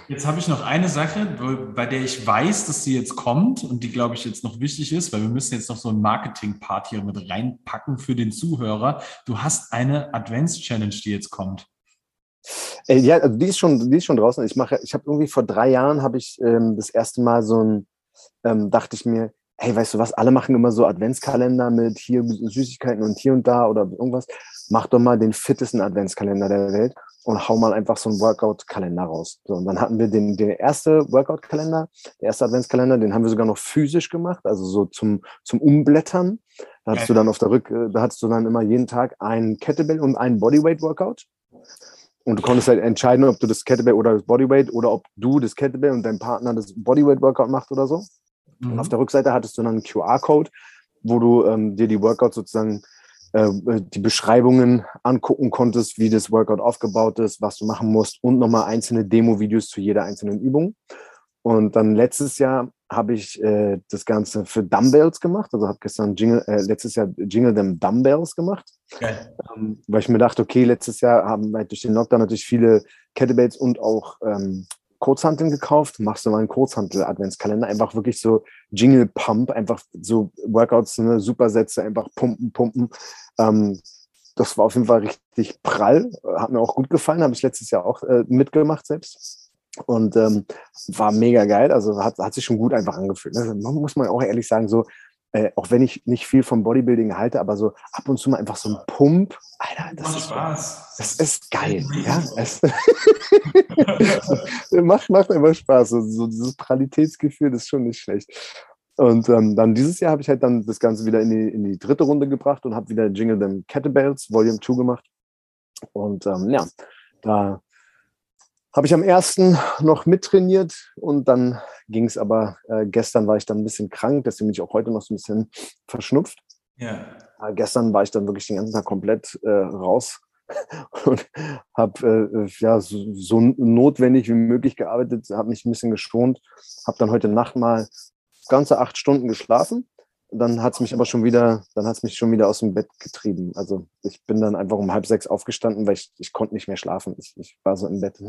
Jetzt habe ich noch eine Sache, bei der ich weiß, dass sie jetzt kommt und die, glaube ich, jetzt noch wichtig ist, weil wir müssen jetzt noch so ein Marketing-Part hier mit reinpacken für den Zuhörer. Du hast eine Advents-Challenge, die jetzt kommt. Ja, also die ist schon draußen. Ich habe irgendwie vor 3 Jahren habe ich das erste Mal dachte ich mir, hey, weißt du was, alle machen immer so Adventskalender mit hier Süßigkeiten und hier und da oder irgendwas. Mach doch mal den fittesten Adventskalender der Welt und hau mal einfach so einen Workout-Kalender raus. So, und dann hatten wir der erste Workout-Kalender, der erste Adventskalender, den haben wir sogar noch physisch gemacht, also so zum Umblättern. Da hattest du dann immer jeden Tag ein Kettlebell und ein Bodyweight-Workout. Und du konntest halt entscheiden, ob du das Kettlebell oder das Bodyweight oder ob du das Kettlebell und dein Partner das Bodyweight-Workout macht oder so. Und auf der Rückseite hattest du dann einen QR-Code, wo du dir die Workouts sozusagen, die Beschreibungen angucken konntest, wie das Workout aufgebaut ist, was du machen musst und nochmal einzelne Demo-Videos zu jeder einzelnen Übung. Und dann letztes Jahr habe ich das Ganze für Dumbbells gemacht. Also habe letztes Jahr Jingle Them Dumbbells gemacht. Geil. Weil ich mir dachte, okay, letztes Jahr haben halt durch den Lockdown natürlich viele Kettlebells und auch Kurzhanteln gekauft. Machst du mal einen Kurzhantel-Adventskalender. Einfach wirklich so Jingle Pump, einfach so Workouts, ne, Supersätze, einfach pumpen. Das war auf jeden Fall richtig prall. Hat mir auch gut gefallen. Habe ich letztes Jahr auch mitgemacht selbst. Und war mega geil. Also hat sich schon gut einfach angefühlt. Ne? Muss man auch ehrlich sagen, so, auch wenn ich nicht viel vom Bodybuilding halte, aber so ab und zu mal einfach so ein Pump, Alter, das ist geil. Ja? Macht einfach Spaß. So dieses Pralitätsgefühl ist schon nicht schlecht. Und dann dieses Jahr habe ich halt dann das Ganze wieder in die dritte Runde gebracht und habe wieder Jingle Them Kettlebells Volume 2 gemacht. Und ja, da habe ich am ersten noch mittrainiert und dann ging es aber, gestern war ich dann ein bisschen krank, deswegen bin ich auch heute noch so ein bisschen verschnupft. Ja. Gestern war ich dann wirklich den ganzen Tag komplett raus und habe so notwendig wie möglich gearbeitet, habe mich ein bisschen geschont, habe dann heute Nacht mal ganze 8 Stunden geschlafen. Dann hat es mich schon wieder aus dem Bett getrieben. Also ich bin dann einfach um 5:30 aufgestanden, weil ich konnte nicht mehr schlafen. Ich war so im Bett.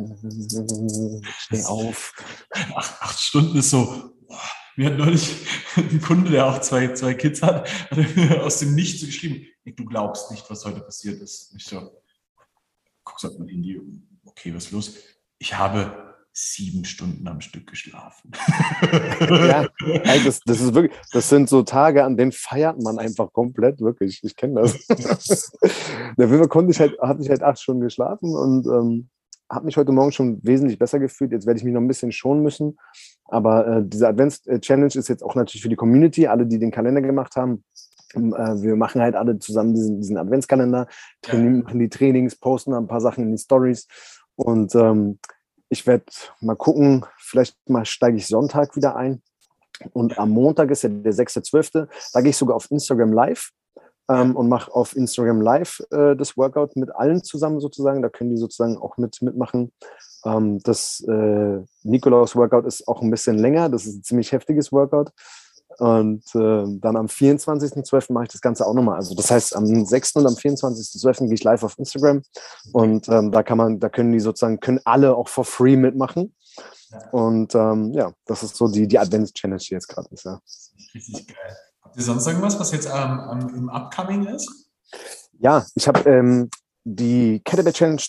Steh auf. 8 Stunden ist so. Mir hat neulich ein Kunde, der auch zwei Kids hat mir aus dem Nichts geschrieben: Du glaubst nicht, was heute passiert ist. Ich so, guckst auf mein Handy, okay, was ist los? Ich habe 7 Stunden am Stück geschlafen. Ja, also das ist wirklich, das sind so Tage, an denen feiert man einfach komplett, wirklich. Ich kenne das. Dafür hatte ich halt 8 Stunden geschlafen und habe mich heute Morgen schon wesentlich besser gefühlt. Jetzt werde ich mich noch ein bisschen schonen müssen. Aber diese Advents-Challenge ist jetzt auch natürlich für die Community, alle, die den Kalender gemacht haben. Wir machen halt alle zusammen diesen Adventskalender, machen die Trainings, posten ein paar Sachen in die Stories und ich werde mal gucken, vielleicht mal steige ich Sonntag wieder ein. Und am Montag ist ja der 6.12. Da gehe ich sogar auf Instagram Live und mache auf Instagram Live das Workout mit allen zusammen sozusagen. Da können die sozusagen auch mitmachen. Das Nikolaus-Workout ist auch ein bisschen länger. Das ist ein ziemlich heftiges Workout. Und dann am 24.12. mache ich das Ganze auch nochmal. Also das heißt, am 6. und am 24.12. gehe ich live auf Instagram und können alle auch for free mitmachen. Und ja, das ist so die Advents-Challenge, die jetzt gerade ist. Ja. Richtig geil. Habt ihr sonst irgendwas, was jetzt im Upcoming ist? Ja, ich habe die Kettlebell Challenge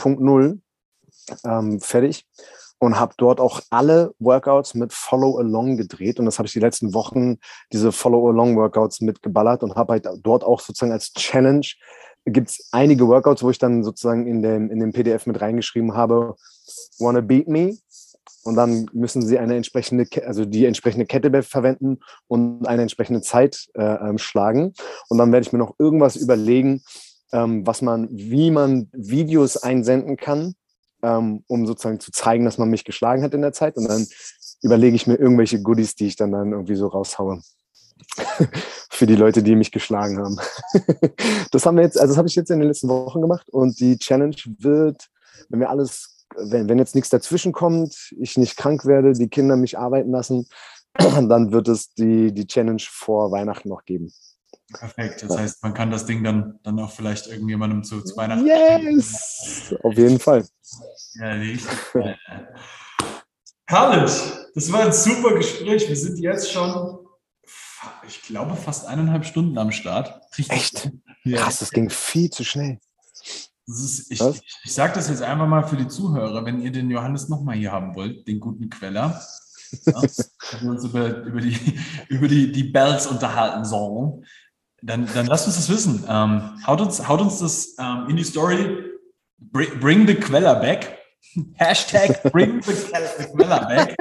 2.0 fertig. Und habe dort auch alle Workouts mit Follow-Along gedreht. Und das habe ich die letzten Wochen, diese Follow-Along-Workouts mitgeballert und habe halt dort auch sozusagen als Challenge, gibt es einige Workouts, wo ich dann sozusagen in dem PDF mit reingeschrieben habe, wanna beat me? Und dann müssen sie die entsprechende Kettlebell verwenden und eine entsprechende Zeit schlagen. Und dann werde ich mir noch irgendwas überlegen, wie man Videos einsenden kann, um sozusagen zu zeigen, dass man mich geschlagen hat in der Zeit. Und dann überlege ich mir irgendwelche Goodies, die ich dann irgendwie so raushaue. Für die Leute, die mich geschlagen haben. Das habe ich jetzt in den letzten Wochen gemacht. Und die Challenge wird, wenn jetzt nichts dazwischen kommt, ich nicht krank werde, die Kinder mich arbeiten lassen, dann wird es die Challenge vor Weihnachten noch geben. Perfekt. Das heißt, man kann das Ding dann auch vielleicht irgendjemandem zu Weihnachten Yes! Auf jeden Fall. Ja, richtig. Herrlich. Das war ein super Gespräch. Wir sind jetzt schon, ich glaube, fast 1,5 Stunden am Start. Richtig. Echt? Ja. Krass, das ging viel zu schnell. Ich sage das jetzt einfach mal für die Zuhörer, wenn ihr den Johannes nochmal hier haben wollt, den guten Queller, ja, wir uns über die Bells unterhalten sollen, dann lasst uns das wissen. Haut uns das in die Story. Bring the Queller back. Hashtag bring the Queller back.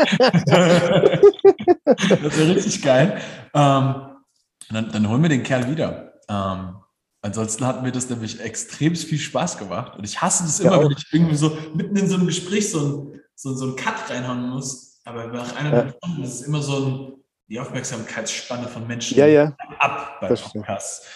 Das wäre richtig geil. Dann holen wir den Kerl wieder. Ansonsten hat mir das nämlich extrem viel Spaß gemacht. Und ich hasse das immer, wenn ich irgendwie so mitten in so einem Gespräch so einen Cut reinhauen muss. Aber nach 1,5 Stunden ist es immer so die Aufmerksamkeitsspanne von Menschen ab bei Podcasts.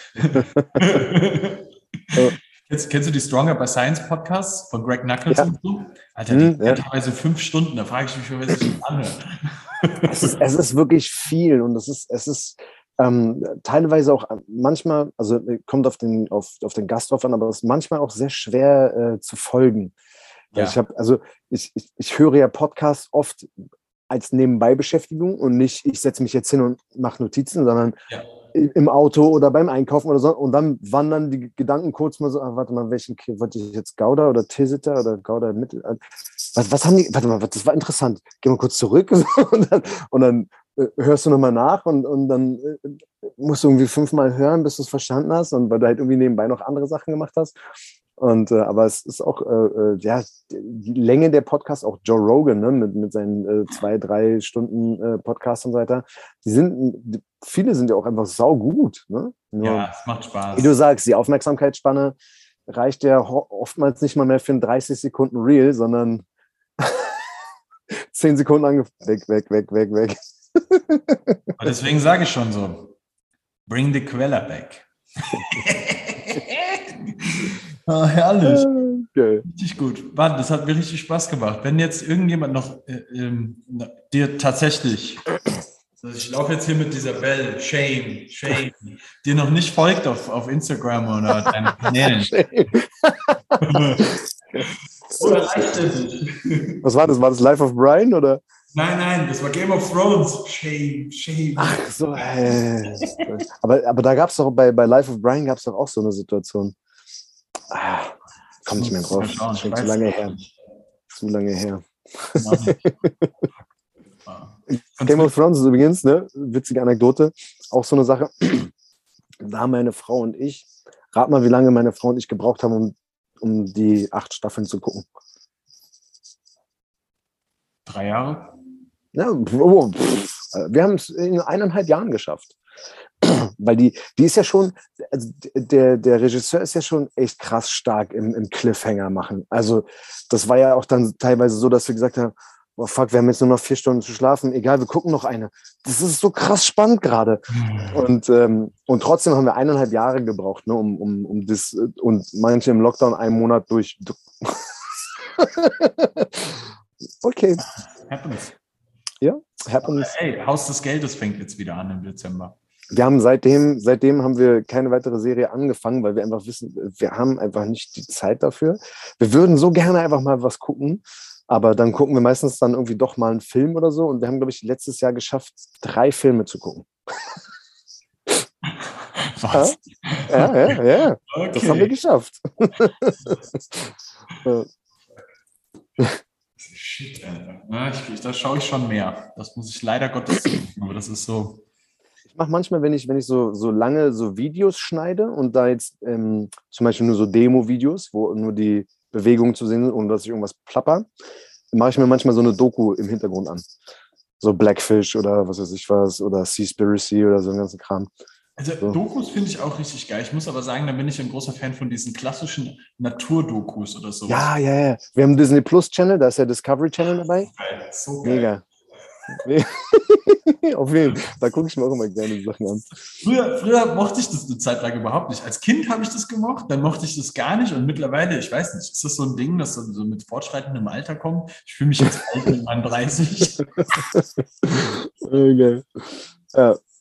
Kennst du die Stronger by Science Podcasts von Greg Nuckols und so? Alter, die gehen teilweise 5 Stunden. Da frage ich mich, wer sich das anhört. Es ist wirklich viel und es ist teilweise auch manchmal, also kommt auf den Gast drauf an, aber es ist manchmal auch sehr schwer zu folgen. Weil ich höre ja Podcasts oft als Nebenbeibeschäftigung und nicht, ich setze mich jetzt hin und mache Notizen, sondern im Auto oder beim Einkaufen oder so. Und dann wandern die Gedanken kurz mal so, warte mal, wollte ich jetzt Gouda oder Tilsiter oder Gouda Mittel? Was haben die, warte mal, das war interessant. Geh mal kurz zurück und dann hörst du nochmal nach und dann musst du irgendwie 5-mal hören, bis du es verstanden hast und weil du halt irgendwie nebenbei noch andere Sachen gemacht hast. Und aber es ist auch die Länge der Podcasts, auch Joe Rogan, ne, mit seinen 2-3 Stunden Podcasts und so weiter, viele sind ja auch einfach saugut. Ne? Ja, es macht Spaß. Wie du sagst, die Aufmerksamkeitsspanne reicht ja oftmals nicht mal mehr für ein 30 Sekunden Reel, sondern 10 Sekunden weg. Aber deswegen sage ich schon so, bring the Queller back. Herrlich. Okay. Richtig gut. Warte, das hat mir richtig Spaß gemacht. Wenn jetzt irgendjemand noch dir tatsächlich, also ich laufe jetzt hier mit dieser Bell, Shame, dir noch nicht folgt auf Instagram oder deinen Kanälen. Oder reicht das nicht? Was war das? War das Life of Brian oder? Nein, das war Game of Thrones. Shame. Ach so, aber da gab es doch bei Life of Brian gab es doch auch so eine Situation. Komm nicht mehr drauf. Schon zu lange her. Zu lange her. Game of Thrones ist übrigens, ne, witzige Anekdote, auch so eine Sache. Da haben meine Frau und ich, rat mal, wie lange meine Frau und ich gebraucht haben, um die 8 Staffeln zu gucken. 3 Jahre? Ja, wir haben es in 1,5 Jahren geschafft. Weil die ist ja schon, also der Regisseur ist ja schon echt krass stark im Cliffhanger machen. Also das war ja auch dann teilweise so, dass wir gesagt haben, oh fuck, wir haben jetzt nur noch 4 Stunden zu schlafen, egal, wir gucken noch eine. Das ist so krass spannend gerade. Und trotzdem haben wir 1,5 Jahre gebraucht, ne, um das, und manche im Lockdown 1 Monat durch. Okay. Happens. Ja, happens. Hey, Haus des Geldes fängt jetzt wieder an im Dezember. Wir haben seitdem haben wir keine weitere Serie angefangen, weil wir einfach wissen, wir haben einfach nicht die Zeit dafür. Wir würden so gerne einfach mal was gucken, aber dann gucken wir meistens dann irgendwie doch mal einen Film oder so. Und wir haben, glaube ich, letztes Jahr geschafft, 3 Filme zu gucken. Was? Ja. Okay. Das haben wir geschafft. Shit, Alter. Ja, da schaue ich schon mehr. Das muss ich leider Gottes sagen, aber das ist so. Ich mache manchmal, wenn ich so lange so Videos schneide und da jetzt zum Beispiel nur so Demo-Videos, wo nur die Bewegungen zu sehen sind, ohne dass ich irgendwas plapper, mache ich mir manchmal so eine Doku im Hintergrund an. So Blackfish oder was weiß ich was oder Seaspiracy oder so einen ganzen Kram. Also so. Dokus finde ich auch richtig geil. Ich muss aber sagen, da bin ich ein großer Fan von diesen klassischen Naturdokus oder so. Ja. Wir haben Disney Plus Channel, da ist der Discovery Channel dabei. Geil. So geil. Mega. Auf jeden Fall. Da gucke ich mir auch immer gerne Sachen an. Früher mochte ich das eine Zeit lang überhaupt nicht. Als Kind habe ich das gemocht, dann mochte ich das gar nicht und mittlerweile, ich weiß nicht, ist das so ein Ding, das so mit fortschreitendem Alter kommt? Ich fühle mich jetzt alt mit meinen 30. Okay. Ja.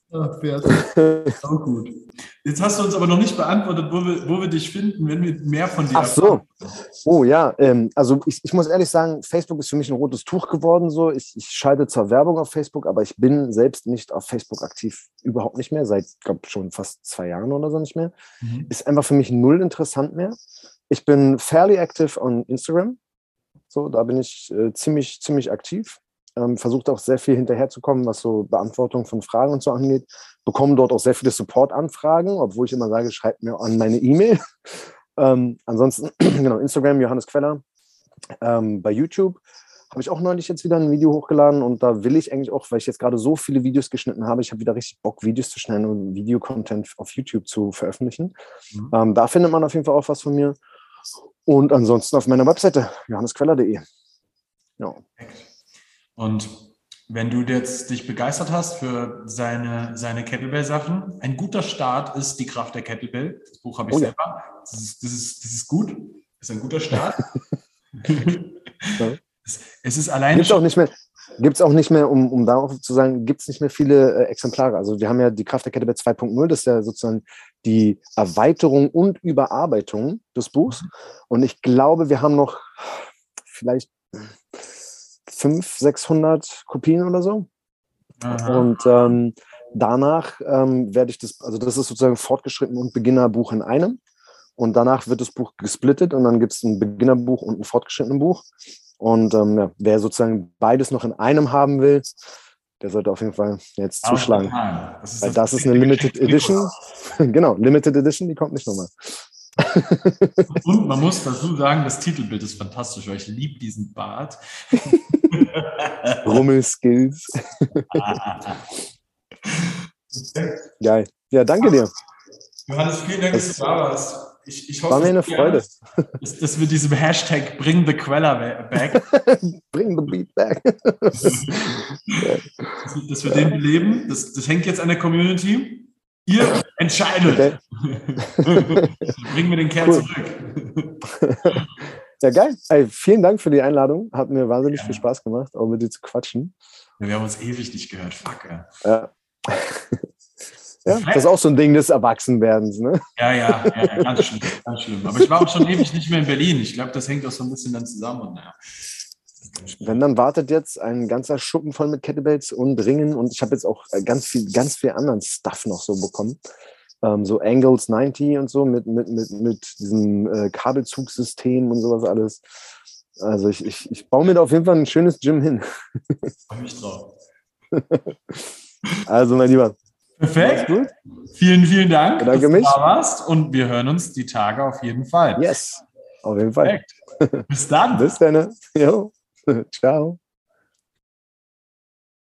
Ach, Pferd. Auch gut. Jetzt hast du uns aber noch nicht beantwortet, wo wir dich finden, wenn wir mehr von dir Ach so. Oh ja, also ich muss ehrlich sagen, Facebook ist für mich ein rotes Tuch geworden. So. Ich schalte zwar Werbung auf Facebook, aber ich bin selbst nicht auf Facebook aktiv, überhaupt nicht mehr, seit, glaube schon fast 2 Jahren oder so nicht mehr. Ist einfach für mich null interessant mehr. Ich bin fairly active on Instagram. So, da bin ich ziemlich aktiv. Versucht auch sehr viel hinterherzukommen, was so Beantwortung von Fragen und so angeht. Bekomme dort auch sehr viele Support-Anfragen, obwohl ich immer sage, schreibt mir an meine E-Mail. Ansonsten, genau, Instagram, Johannes Queller. Bei YouTube habe ich auch neulich jetzt wieder ein Video hochgeladen und da will ich eigentlich auch, weil ich jetzt gerade so viele Videos geschnitten habe, ich habe wieder richtig Bock, Videos zu schneiden und Videocontent auf YouTube zu veröffentlichen. Da findet man auf jeden Fall auch was von mir. Und ansonsten auf meiner Webseite, johannesqueller.de. Ja. Und wenn du jetzt dich begeistert hast für seine Kettlebell-Sachen, ein guter Start ist Die Kraft der Kettlebell. Das Buch habe ich selber. Das ist gut. Das ist ein guter Start. Ja. Es ist alleine Gibt es auch nicht mehr, um darauf zu sagen, gibt es nicht mehr viele Exemplare. Also wir haben ja die Kraft der Kettlebell 2.0, das ist ja sozusagen die Erweiterung und Überarbeitung des Buchs. Und ich glaube, wir haben noch vielleicht 500, 600 Kopien oder so. Aha. Und danach werde ich das ist sozusagen fortgeschritten und Beginnerbuch in einem. Und danach wird das Buch gesplittet und dann gibt es ein Beginnerbuch und ein fortgeschrittenes Buch. Und wer sozusagen beides noch in einem haben will, der sollte auf jeden Fall jetzt zuschlagen. Weil das ist eine Limited Edition. Genau, Limited Edition, die kommt nicht nochmal. Und man muss dazu sagen, das Titelbild ist fantastisch, weil ich liebe diesen Bart. Rummelskills. Geil. Ja, danke dir. Johannes, vielen Dank, dass du da warst. Ich hoffe, war mir eine Freude. Dass wir diesem Hashtag Bring the Queller back. Bring the beat back. Dass wir den beleben. Das hängt jetzt an der Community. Ihr entscheidet. Okay. Bringen wir den Kerl zurück. Ja, geil. Ey, vielen Dank für die Einladung. Hat mir wahnsinnig viel Spaß gemacht, auch mit dir zu quatschen. Ja, wir haben uns ewig nicht gehört. Fuck, ja. Ja, das ist auch so ein Ding des Erwachsenwerdens, ne? Ja, ganz schlimm, ganz schlimm. Aber ich war auch schon ewig nicht mehr in Berlin. Ich glaube, das hängt auch so ein bisschen dann zusammen. Und, Wenn, dann wartet jetzt ein ganzer Schuppen voll mit Kettlebells und Ringen und ich habe jetzt auch ganz viel anderen Stuff noch so bekommen. So Angles 90 und so mit diesem Kabelzugssystem und sowas alles. Also ich baue mir da auf jeden Fall ein schönes Gym hin. Freue mich drauf. Also, mein Lieber. Perfekt. Gut. Vielen Dank, dass du da warst und wir hören uns die Tage auf jeden Fall. Yes, auf jeden Fall. Perfekt. Bis dann. Bis dann. Jo. Ciao.